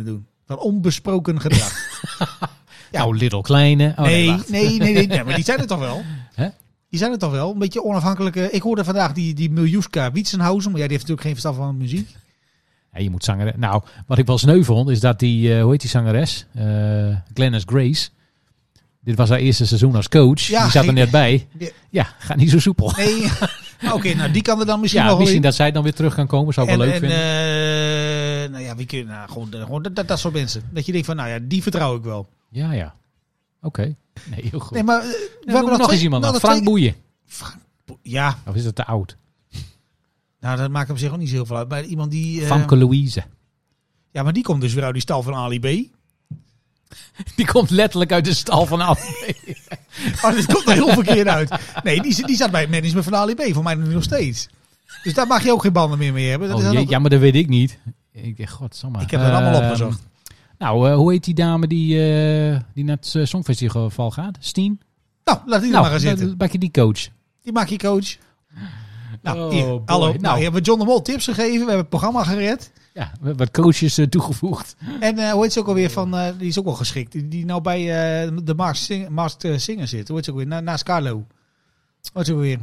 Van onbesproken gedrag. Ja. Nou, Little Kleine. Oh, wacht. Nee, maar die zijn er toch wel? Hè? Die zijn er toch wel? Een beetje onafhankelijke... Ik hoorde vandaag die Miljuska Witsenhausen, maar die heeft natuurlijk geen verstand van muziek. Ja, je moet zangeres. Nou, wat ik wel sneu vond, is dat die, hoe heet die zangeres? Glennis Grace. Dit was haar eerste seizoen als coach. Ja, die zat er net bij. Ja, gaat niet zo soepel. Nee. Oké, nou die kan er dan misschien Ja, nog wel misschien in. dat zij dan weer terug kan komen. Zou ik wel leuk vinden. Nou ja, wie kun je... Nou, gewoon dat soort mensen. Dat je denkt van, nou ja, die vertrouw ik wel. Ja. Oké. Nee, heel goed. Nee, maar we hebben nog eens iemand dan. Frank Boeien. Ja, Of is dat te oud? nou dat maakt op zich ook niet zo heel veel uit. Maar iemand die... Famke Louise. Ja, maar die komt dus weer uit die stal van Ali B. Die komt letterlijk uit de stal van Al. Oh, dit komt er heel verkeerd uit. Nee, die zat bij het management van Ali B. Voor mij nog steeds. Dus daar mag je ook geen banden meer mee hebben. Dat is dan ook... Ja, maar dat weet ik niet. Ik denk, godsamme. Ik heb het allemaal opgezocht. Nou, hoe heet die dame die naar het Songfestival gaat? Steen? Nou, laat die er maar gaan zitten. Dan maak je die coach. Die maak je coach. Nou, Oh, hier. boy. Hallo. Nou. Nou, je hebt John de Mol tips gegeven. We hebben het programma gered. Ja, wat coaches toegevoegd. En hoe heet ze ook alweer van... die is ook wel geschikt. Die nou bij de Masked Singer zit. Hoe heet ze ook weer? Naast Carlo. Hoe heet ze ook weer?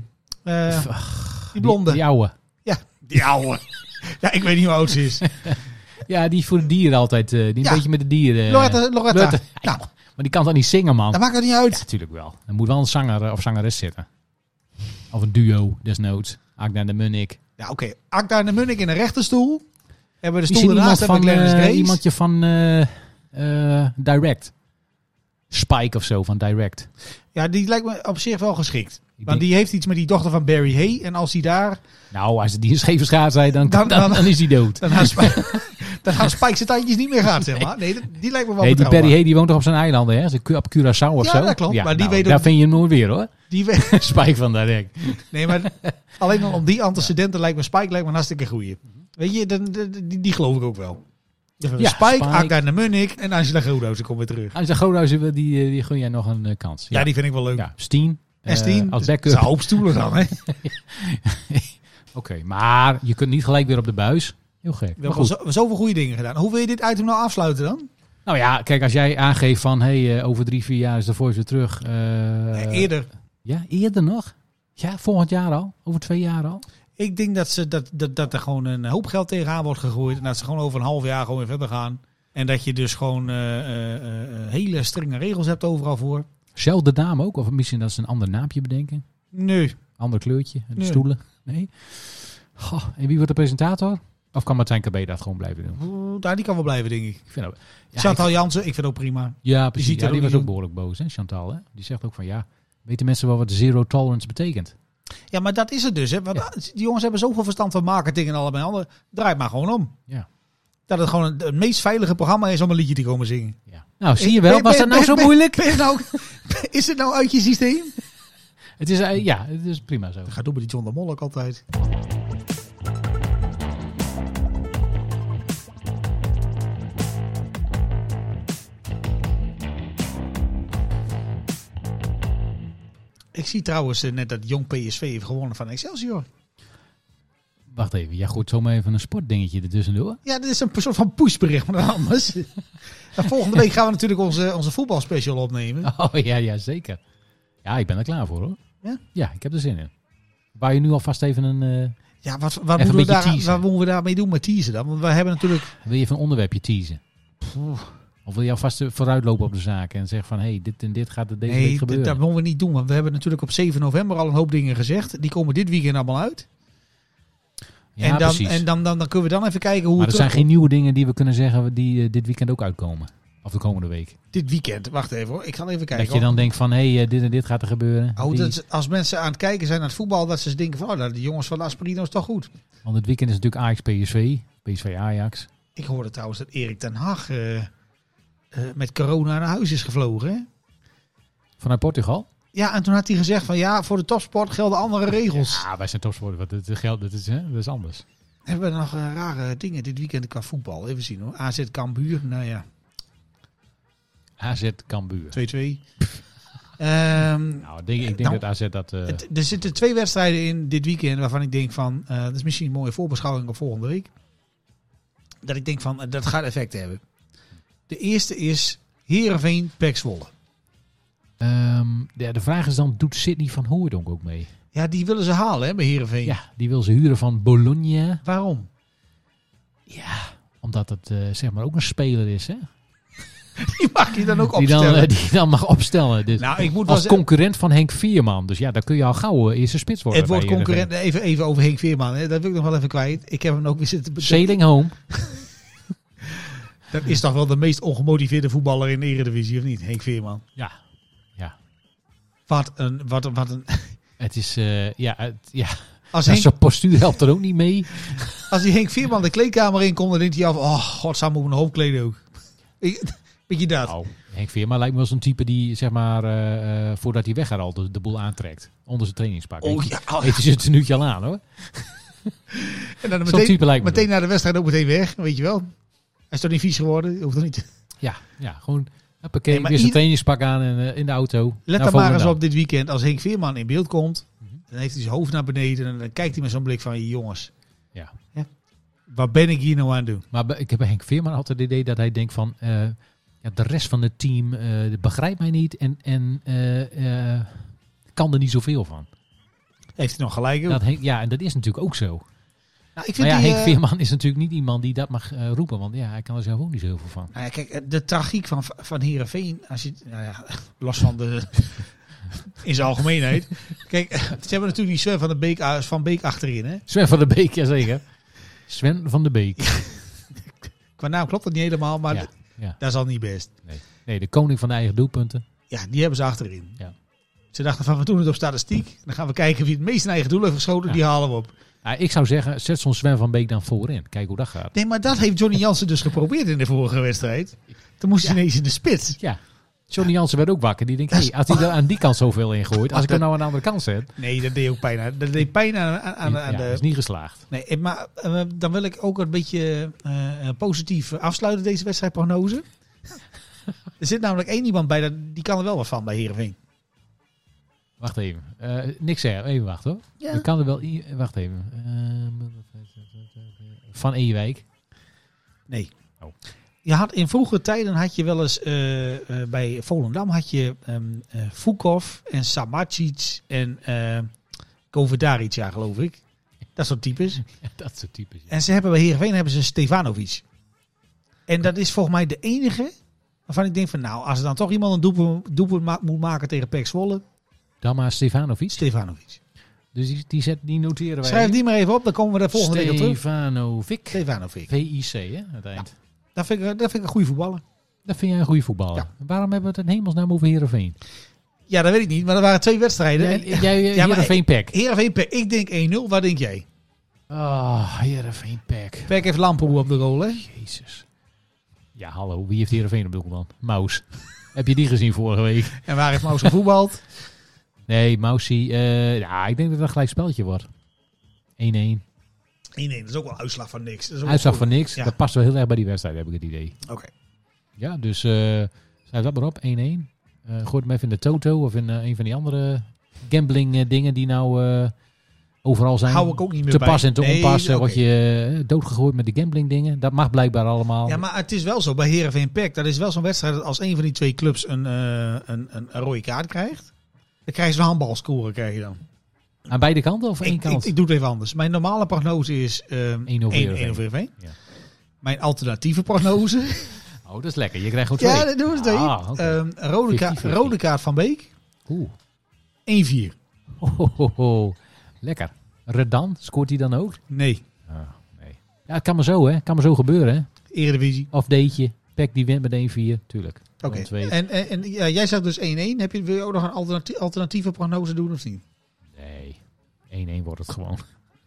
Die blonde. Die ouwe. Ja, die oude. Ja, ik weet niet hoe oud ze is. Ja, die voor de dieren altijd. Die een Ja. beetje met de dieren. Loretta. Ja, Nou, maar die kan toch niet zingen, man? dat maakt het niet uit. Ja, natuurlijk wel. Er moet wel een zanger of zangeres zitten. Of een duo, desnoods. Agda en de Munnik. Ja, oké. Akda en de Munnik in een rechterstoel. Hebben we de Misschien stoel ernaast iemand hebben van, Glennis Grace. iemandje van Direct. Spike of zo van Direct. Ja, die lijkt me op zich wel geschikt. Ik Want denk- die heeft iets met die dochter van Barry Hay. En als die daar... Nou, als die een scheve schaar zei, dan Dan- is hij dood. Dan gaan Spike zijn tandjes niet meer gaan, zeg maar. Nee, die lijkt me wel Nee, die betrouwbaar. Perry Hay die woont toch op zijn eilanden, hè? Op Curaçao of Ja, zo? dat klopt, maar die weet daar ook- vind je hem nooit weer, hoor. Die we- Spike van Direct. Nee, maar alleen al om die antecedenten lijkt me Spike lijkt me een hartstikke goeie. Weet je, die geloof ik ook wel. Ja, Ja, Spike, Spike. Akda en de Munnik en Angela Groothuizen komt weer terug. Als de Groothuizen, die gun jij nog een kans. Ja, die vind ik wel leuk. Ja, Steen. En Steen, als dat backup. zijn een hoop stoelen dan, hè? Oké, maar je kunt niet gelijk weer op de buis. Heel gek. We Maar hebben goed. al zoveel goede dingen gedaan. Hoe wil je dit item nou afsluiten dan? Nou ja, kijk, als jij aangeeft van... over 3-4 jaar is de Voice weer terug. Nee, eerder. Ja, eerder nog? Ja, volgend jaar al? Over 2 jaar al? Ik denk dat er gewoon een hoop geld tegenaan wordt gegooid. En dat ze gewoon over een half jaar gewoon weer verder gaan. En dat je dus gewoon hele strenge regels hebt overal voor. Zelfde naam ook? Of misschien dat ze een ander naampje bedenken? Nee. Ander kleurtje? De Nee. stoelen? Nee? Goh, en wie wordt de presentator? Of kan Martijn KB dat gewoon blijven doen? Daar die kan wel blijven, denk ik. Ik vind dat... Ja, Chantal Jansen, ik vind het ook prima. Ja, precies. ziet er Ja, die ook was niet ook behoorlijk boos, hè, Chantal. Hè? Die zegt ook van, ja, weten mensen wel wat zero tolerance betekent? Ja, maar dat is het dus. Hè? Want die jongens hebben zoveel verstand van marketing en allemaal andere. Draai het maar gewoon om. Ja. Dat het gewoon het meest veilige programma is om een liedje te komen zingen. Ja. Nou, zie je wel. Was dat nou zo moeilijk? Is het nou uit je systeem? Het is, ja, het is prima zo. Ga door met die John de Mol ook altijd. Ik zie trouwens net dat Jong PSV heeft gewonnen van Excelsior. Wacht even, jij gooit zomaar even een sportdingetje ertussendoor. Ja, dit is een soort van pushbericht van anders. En volgende week gaan we natuurlijk onze voetbalspecial opnemen. Oh ja, zeker. Ja, ik ben er klaar voor, hoor. Ja? Ja, ik heb er zin in. Wou je nu alvast even een... Ja, wat Even moeten een we beetje teasen. wat moeten we daarmee doen met teasen dan? Want we hebben natuurlijk... wil je even een onderwerpje teasen? Of wil je alvast vooruitlopen op de zaken en zeggen van... hé, dit en dit gaat er deze week gebeuren? dat moeten we niet doen. Want we hebben natuurlijk op 7 november al een hoop dingen gezegd. Die komen dit weekend allemaal uit. Ja, precies. En dan kunnen we dan even kijken hoe Maar het er zijn terugkomt. geen nieuwe dingen die we kunnen zeggen die dit weekend ook uitkomen. Of de komende week. Dit weekend. Wacht even hoor. Ik ga even kijken. Dat je dan denkt van, hé, dit en dit gaat er gebeuren. Oh, als mensen aan het kijken zijn naar het voetbal, dat ze denken van, oh, die jongens van Asperino is toch goed. Want het weekend is natuurlijk Ajax-PSV. PSV-Ajax. Ik hoorde trouwens dat Erik ten Hag met corona naar huis is gevlogen. Hè? Vanuit Portugal. Ja, en toen had hij gezegd van ja, voor de topsport gelden andere regels. Ja, wij zijn topsporters. Wat het geld, dat is anders. Hebben we nog rare dingen dit weekend qua voetbal? Even zien hoor. AZ Cambuur, nou ja, AZ Cambuur. 2-2. Nou, ik denk Nou, dat AZ dat... Er zitten 2 wedstrijden in dit weekend waarvan ik denk van, dat is misschien een mooie voorbeschouwing op volgende week. Dat ik denk van, dat gaat effect hebben. De eerste is Heerenveen PEC Zwolle. De vraag is dan, doet Sidney van Hooijdonk ook mee? Ja, die willen ze halen hè, bij Heerenveen. Ja, die wil ze huren van Bologna. Waarom? Ja, omdat het zeg maar ook een speler is, hè? Die mag je dan ook Die opstellen. die dan mag opstellen. Dus Nou, ik moet wel als concurrent van Henk Veerman. Dus ja, dan kun je al gauw eerste spits worden. Het wordt bij concurrent. Even over Henk Veerman. Hè. Dat wil ik nog wel even kwijt. Ik heb hem ook weer zitten. Sailing Home. Dat is toch wel de meest ongemotiveerde voetballer in de Eredivisie, of niet? Henk Veerman. Ja. Wat een. Het is, Als zijn postuur helpt er ook niet mee. Als die Henk Veerman de kleedkamer in komt, dan denkt hij af, oh god, zou moeten mijn hoofd kleden ook. Weet je dat? Nou, Henk Veerman lijkt me wel zo'n type die, zeg maar, voordat hij weggaat al de boel aantrekt. Onder zijn trainingspak. Heeft hij zijn tenuutje al aan, hoor. En dan Zo'n type lijkt me meteen na de wedstrijd ook meteen weg, weet je wel. Hij is toch niet vies geworden? Hoeft toch niet. Ja, gewoon hoppakee, Nee, maar weer zijn trainingspak aan en in de auto. Let naar er maar eens Volendam. op dit weekend. Als Henk Veerman in beeld komt, dan heeft hij zijn hoofd naar beneden en dan kijkt hij met zo'n blik van, jongens, Ja. wat ben ik hier nou aan het doen? Maar ik heb bij Henk Veerman altijd het idee dat hij denkt van, de rest van het team begrijpt mij niet en kan er niet zoveel van. Heeft hij nog gelijk ook? En dat is natuurlijk ook zo. Nou, ik vind Maar ja, die, Henk Veerman is natuurlijk niet iemand die dat mag roepen, want ja, hij kan er zelf ook niet zo heel veel van. Nou ja, kijk, de tragiek van Heerenveen, als je, nou ja, los van de in zijn algemeenheid. Kijk, ze hebben natuurlijk die Sven van Beek achterin, hè? Sven van de Beek, jazeker. Sven van de Beek. Qua naam klopt dat niet helemaal, maar Ja. dat is al niet best. Nee, de koning van de eigen doelpunten. Ja, die hebben ze achterin. Ja. Ze dachten van, we doen het op statistiek. Dan gaan we kijken wie het meest in eigen doel heeft geschoten, die halen we op. Ja, ik zou zeggen, zet zo'n Sven van Beek dan voorin. Kijk hoe dat gaat. Nee, maar dat heeft Johnny Jansen dus geprobeerd in de vorige wedstrijd. Toen moest hij ineens in de spits. Ja. Johnny Jansen werd ook wakker. Die denkt, hey, als hij er aan die kant zoveel in gooit, als ik hem nou aan de andere kant zet. Nee, dat deed ook pijn aan. Dat deed pijn aan Ja, de... is niet geslaagd. Nee, maar dan wil ik ook een beetje positief afsluiten deze wedstrijdprognose. Er zit namelijk één iemand bij, die kan er wel wat van bij Heerenveen. Wacht even. Niks zeggen. Even wachten hoor. Ja. Ik kan er wel... Wacht even. Van Ewijk. Nee. Oh. Je had, in vroegere tijden had je wel eens bij Volendam had je Fukov en Samacic en Kovedaric, ja, geloof ik. Dat soort types. Ja, dat soort types. Ja. En ze hebben bij Heerenveen ze Stefanovic. En dat is volgens mij de enige waarvan ik denk van, nou, als er dan toch iemand een doelpunt moet maken tegen PEC Zwolle, Dan maar Stefanovic. Stefanovic. Dus die noteren wij. Schrijf die maar even op, dan komen we daar volgende week op terug. Stefanovic. Stefanovic. VIC, hè, aan het eind. Dat vind ik een goede voetballer. Dat vind jij een goede voetballer. Ja. Waarom hebben we het in hemelsnaam over Heerenveen? Ja, dat weet ik niet, maar er waren 2 wedstrijden. Jij Heerenveen PEC. Heerenveen PEC. Ik denk 1-0, wat denk jij? Heerenveen PEC. PEC heeft Lamproe op de goal, hè? Jezus. Ja, hallo. Wie heeft Heerenveen op de goal dan? Maus. Heb je die gezien vorige week? En waar heeft Maus gevoetbald? Nee, Mausie. Ik denk dat het een gelijk spelletje wordt. 1-1. Nee, dat is ook wel uitslag van niks. Dat is ook Uitslag wel van goed. niks. Ja. Dat past wel heel erg bij die wedstrijd, heb ik het idee. Oké. Ja, dus schrijf dat maar op. 1-1. Gooi hem even in de Toto of in een van die andere gambling dingen die nou overal zijn. Hou ik ook niet meer te bij. pas en te onpas oké. word je doodgegooid met de gambling dingen. Dat mag blijkbaar allemaal. Ja, maar het is wel zo bij Heerenveen PEC. Dat is wel zo'n wedstrijd dat als een van die 2 clubs een rode kaart krijgt, dan krijg je een handbalscore, krijg je dan. Aan beide kanten of één kant? Ik doe het even anders. Mijn normale prognose is 1-0 Heerenveen. Ja. Mijn alternatieve prognose... Oh, dat is lekker. Je krijgt gewoon 2. ja, dat doen we twee. Oké. 50-50. Rode kaart van Beek. Oeh. 1-4. Lekker. Redan, scoort hij dan ook? Nee. Nee. Ja, het kan maar zo, hè. Kan maar zo gebeuren, hè. Eredivisie. Of deetje. Peck die wint met 1-4. Tuurlijk. Oké. 1-2. En ja, jij zegt dus 1-1. Wil je ook nog een alternatieve prognose doen of niet? Nee. 1-1 wordt het gewoon.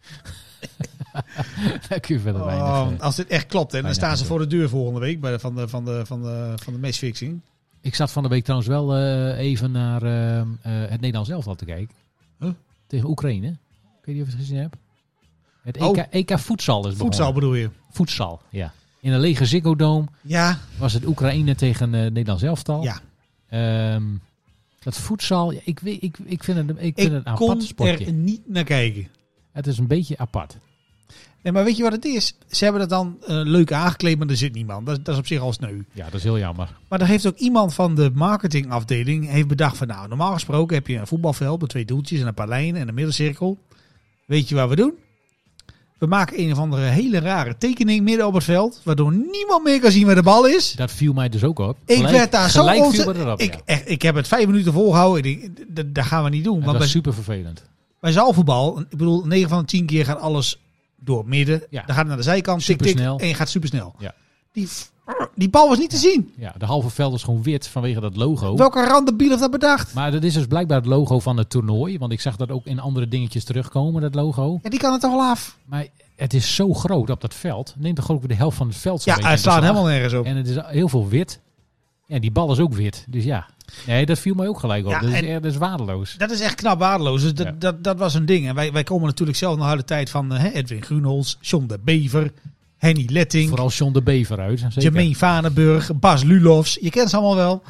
Daar kun je verder weinig. Als dit echt klopt, hè, dan weinig staan ze doen. voor de deur volgende week bij van de matchfixing. Ik zat van de week trouwens wel even naar het Nederlands elftal te kijken. Huh? Tegen Oekraïne. Ik weet niet of je het gezien hebt. Het Oh. EK voedsel is begonnen. Voedsel bedoel je? Voedsel, ja. In een lege Ziggo Dome Ja. was het Oekraïne tegen Nederlands elftal. Ja. Dat voedsel, ja, ik vind het een Ik apart kon sportje. er niet naar kijken. Het is een beetje apart. Nee, maar weet je wat het is? Ze hebben het dan leuk aangekleed, maar er zit niemand. Dat is op zich al sneu. Ja, dat is heel jammer. Maar er heeft ook iemand van de marketingafdeling heeft bedacht van... Nou, normaal gesproken heb je een voetbalveld met 2 doeltjes en een paar lijnen en een middencirkel. Weet je wat we doen? We maken een of andere hele rare tekening midden op het veld, waardoor niemand meer kan zien waar de bal is. Dat viel mij dus ook op. Ik werd daar zo viel ontzettend... me erop, Ik heb het 5 minuten volgehouden. Ik denk, dat gaan we niet doen. Het Want was bij, super vervelend. bij zaalvoetbal, ik bedoel, 9 van de 10 keer gaat alles door het midden. Ja. Dan gaat het naar de zijkant, tik, tik, Supersnel. en je gaat supersnel. Ja. Die bal was niet te zien. Ja, de halve veld is gewoon wit vanwege dat logo. Welke randebiel heeft dat bedacht? Maar dat is dus blijkbaar het logo van het toernooi. Want ik zag dat ook in andere dingetjes terugkomen, dat logo. Ja, die kan het toch wel af? Maar het is zo groot op dat veld. Neemt toch ook weer de helft van het veld zo'n Ja, beetje het in beslag. slaat helemaal nergens op. En het is heel veel wit. Ja, die bal is ook wit. Dus ja. Nee, dat viel mij ook gelijk op. Ja, Dat is waardeloos. Dat is echt knap waardeloos. Dus Ja. dat was een ding. En wij komen natuurlijk zelf nog uit de tijd van Edwin Grunholz, John de Bever, Henny Letting, Vooral John de Bever uit. Zeker. Jermaine Vanenburg, Bas Lulofs. Je kent ze allemaal wel.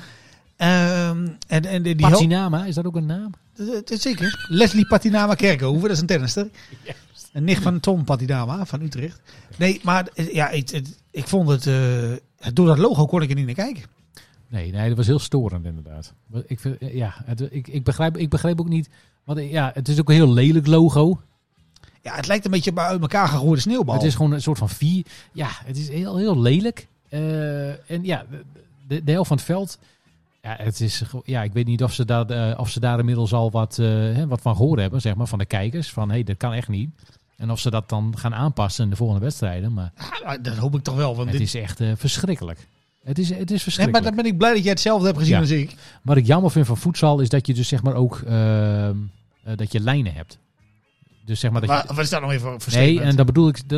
En die Patinama, is dat ook een naam? zeker. Leslie Patinama Kerkhoven, dat is een tennister. Een nicht van Tom Patinama van Utrecht. Nee, maar ja, ik vond het... door dat logo kon ik er niet naar kijken. Nee, dat was heel storend inderdaad. Ik, vind, ja, ik begreep ook niet... Want ja, het is ook een heel lelijk logo. Ja, het lijkt een beetje op uit elkaar gegooide sneeuwbal. Het is gewoon een soort van vier. Ja, het is heel, heel lelijk. En ja, de helft van het veld... Ja, het is, ja, ik weet niet of ze daar inmiddels al wat van gehoord hebben, zeg maar, van de kijkers. Van, dat kan echt niet. En of ze dat dan gaan aanpassen in de volgende wedstrijden. Maar Ja, dat hoop ik toch wel. Want het is echt verschrikkelijk. Het is verschrikkelijk. Nee, maar dan ben ik blij dat jij hetzelfde hebt gezien Ja. als ik. Wat ik jammer vind van voedsel is dat je dus zeg maar ook dat je lijnen hebt. Dus zeg maar dat je, Wat is dat nou even voor nee, statement? en dat bedoel ik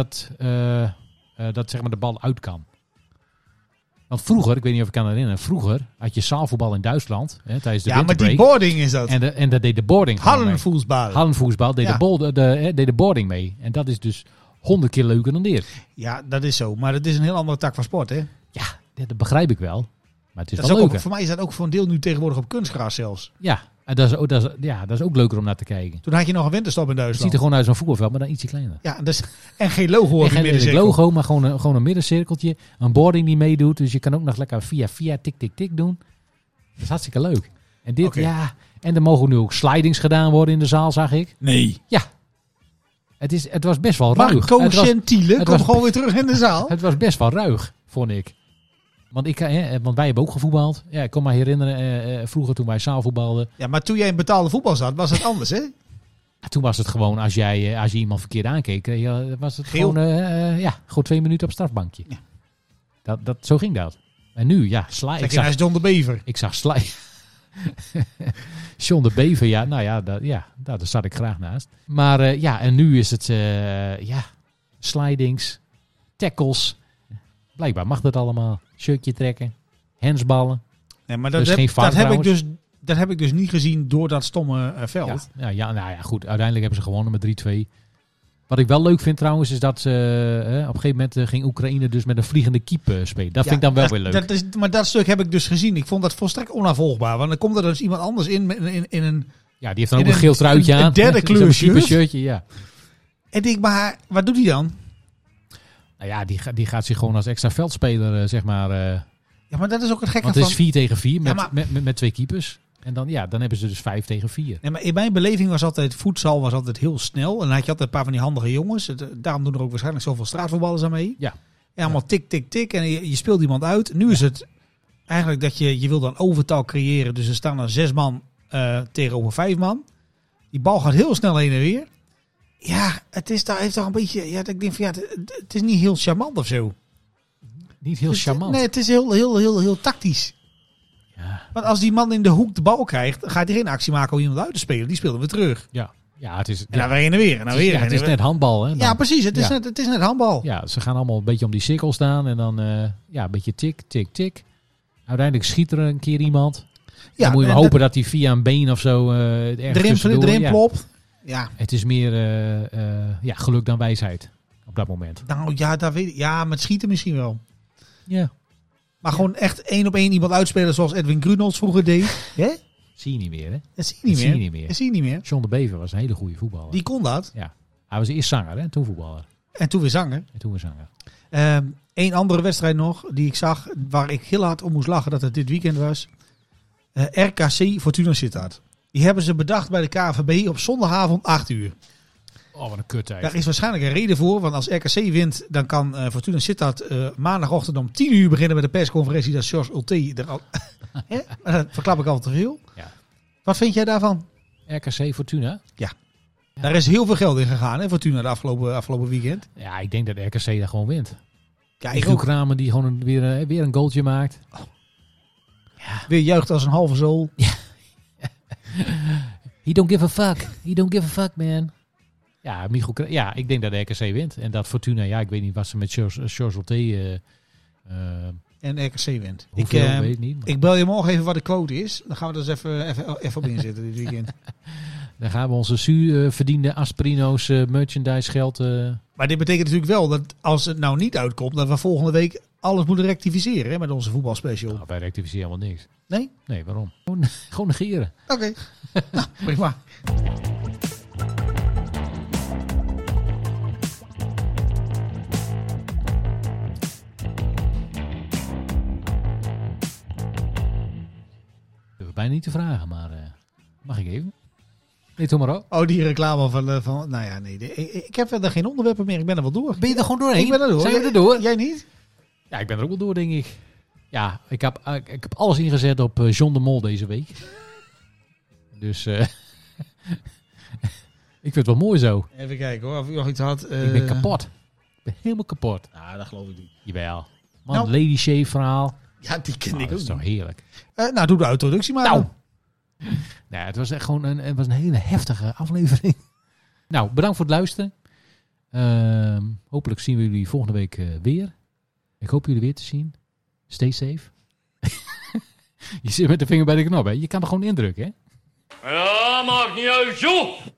dat zeg maar de bal uit kan. Want vroeger, ik weet niet of ik kan herinneren, vroeger had je zaalvoetbal in Duitsland tijdens de Ja, maar die winterbreak. boarding is dat. En dat deed de boarding gewoon mee. Hallenvoetbal. Hallenvoetbal deed, Ja. deed de boarding mee. En dat is dus 100 keer leuker dan dit. Ja, dat is zo. Maar het is een heel andere tak van sport, hè? Ja, dat begrijp ik wel. Maar het is Dat is wel ook leuker. voor mij is dat ook voor een deel nu tegenwoordig op kunstgras zelfs. Ja, en dat is ook leuker om naar te kijken. Toen had je nog een winterstop in Het Duitsland. ziet er gewoon uit zo'n voetbalveld, maar dan ietsje kleiner. Ja, dus, en geen logo op En je geen middencirkel. logo, maar gewoon een middencirkeltje. Een boarding die meedoet. Dus je kan ook nog lekker via tik, tik, tik doen. Dat is hartstikke leuk. En dit, Oké. ja. En er mogen nu ook slidings gedaan worden in de zaal, zag ik. Nee. Ja. Het was best wel ruig. Marco Het was- Gentile het komt was- gewoon weer terug in de zaal. Het was best wel ruig, vond ik. Want wij hebben ook gevoetbald. Ja, ik kon me herinneren, vroeger toen wij zaalvoetbalden. Ja, maar toen jij in betaalde voetbal zat, was het anders, hè? Ja, toen was het gewoon, als je iemand verkeerd aankeek, was het Geel. gewoon 2 minuten op strafbankje. Ja. Zo ging dat. En nu, ja, Zeg je naast John de Bever. Ik zag John de Bever, ja, nou ja, daar zat ik graag naast. Maar en nu is het, slidings, tackles. Blijkbaar mag dat allemaal. Shirtje trekken, handsballen. Nee, maar Dat is geen fout dat heb ik dus niet gezien door dat stomme veld. Ja, goed. Uiteindelijk hebben ze gewonnen met 3-2. Wat ik wel leuk vind trouwens, is dat op een gegeven moment ging Oekraïne dus met een vliegende keep spelen. Dat vind ik dan wel weer leuk. Maar dat stuk heb ik dus gezien. Ik vond dat volstrekt onafvolgbaar. Want dan komt er dus iemand anders in een... Ja, die heeft dan ook in een geel truitje een aan. derde Zo'n kleur shirt. keepershirtje, ja. En ik denk, maar wat doet hij dan? Nou ja, die gaat zich gewoon als extra veldspeler, zeg maar. Ja, maar dat is ook het gekke Want het van... is 4 tegen 4 Ja, met 2 keepers. En dan hebben ze dus 5 tegen 4. Nee, maar in mijn beleving was altijd voedsel was altijd heel snel. En dan had je altijd een paar van die handige jongens. Daarom doen er ook waarschijnlijk zoveel straatvoetballers aan mee. Ja. En allemaal tik, tik, tik. En je speelt iemand uit. Nu is het eigenlijk dat je wil dan overtal creëren. Dus er staan dan 6 man tegenover 5 man. Die bal gaat heel snel heen en weer. Ja, het is daar heeft toch een beetje... Ja, ik denk van het is niet heel charmant of zo. Niet heel charmant. Nee, het is heel tactisch. Ja. Want als die man in de hoek de bal krijgt, dan gaat hij geen actie maken om iemand uit te spelen. Die speelt hem weer terug. Ja, het is... En dan weer heen en weer. En dan weer. het is net handbal, hè? Dan. Ja, precies. Het is, Ja. het is net handbal. Ja, ze gaan allemaal een beetje om die cirkel staan. En dan een beetje tik, tik, tik. Uiteindelijk schiet er een keer iemand. Dan moet je maar hopen dat hij via een been of zo ergens erin ja. plopt. Ja. Het is meer geluk dan wijsheid op dat moment. Nou ja, dat weet ik. Ja, met schieten misschien wel. Ja. Maar gewoon echt 1 op 1 iemand uitspelen zoals Edwin Grunholz vroeger deed. Hè? Zie je niet meer, hè? Dat zie je niet Dat meer. zie je niet meer. Dat zie je niet meer. John de Bever was een hele goede voetballer. Die kon dat. Ja. Hij was eerst zanger, hè? Toen voetballer. En toen weer zanger. En toen we zanger. Eén andere wedstrijd nog die ik zag, waar ik heel hard om moest lachen dat het dit weekend was. RKC Fortuna Sittard. Die hebben ze bedacht bij de KNVB op zondagavond 8 uur. Oh, wat een kuttijd. Daar is waarschijnlijk een reden voor, want als RKC wint, dan kan Fortuna Sittard maandagochtend om 10 uur beginnen met de persconferentie dat George Ulte er al... Dat verklap ik al te veel. Ja. Wat vind jij daarvan? RKC Fortuna? Ja. Daar is heel veel geld in gegaan, hè, Fortuna, de afgelopen weekend. Ja, ik denk dat RKC daar gewoon wint. Ja, ik Michiel ook. Kramer die gewoon weer een goaltje maakt. Weer juicht als een halve zool. He don't give a fuck. He don't give a fuck, man. Ja, ja, ik denk dat de RKC wint. En dat Fortuna, ja, ik weet niet wat ze met George Ulte... En RKC wint. hoeveel, weet ik niet. Ik bel je morgen even wat de quote is. Dan gaan we er dus even op inzetten dit weekend. Dan gaan we onze verdiende Asperino's merchandise geld... Maar dit betekent natuurlijk wel dat als het nou niet uitkomt, dat we volgende week alles moeten rectificeren, hè, met onze voetbalspecial. Nou, wij rectificeren helemaal niks. Nee? Nee, waarom? Gewoon negeren. Oké. Nou, prima. Ik durf bijna niet te vragen, maar mag ik even? Nee, doe maar op. Oh, die reclame van nou ja, nee. Ik heb verder geen onderwerpen meer. Ik ben er wel door. Ben je er gewoon doorheen? Ik ben er door. Zijn we er door? Jij niet? Ja, ik ben er ook wel door, denk ik. Ja, ik heb alles ingezet op John de Mol deze week. Dus ik vind het wel mooi zo. Even kijken hoor, of u nog iets had. Ik ben kapot. Ik ben helemaal kapot. Nou, dat geloof ik niet. Jawel. Man, Nou. Lady Shave verhaal. Ja, die ken Oh, ik dat ook is toch niet. heerlijk. Nou, doe de introductie maar. Nou. dan. Nee, het was echt gewoon het was een hele heftige aflevering. Nou, bedankt voor het luisteren. Hopelijk zien we jullie volgende week weer. Ik hoop jullie weer te zien. Stay safe. Je zit met de vinger bij de knop, hè? Je kan er gewoon indrukken, hè? Ja, maakt niet uit, joh!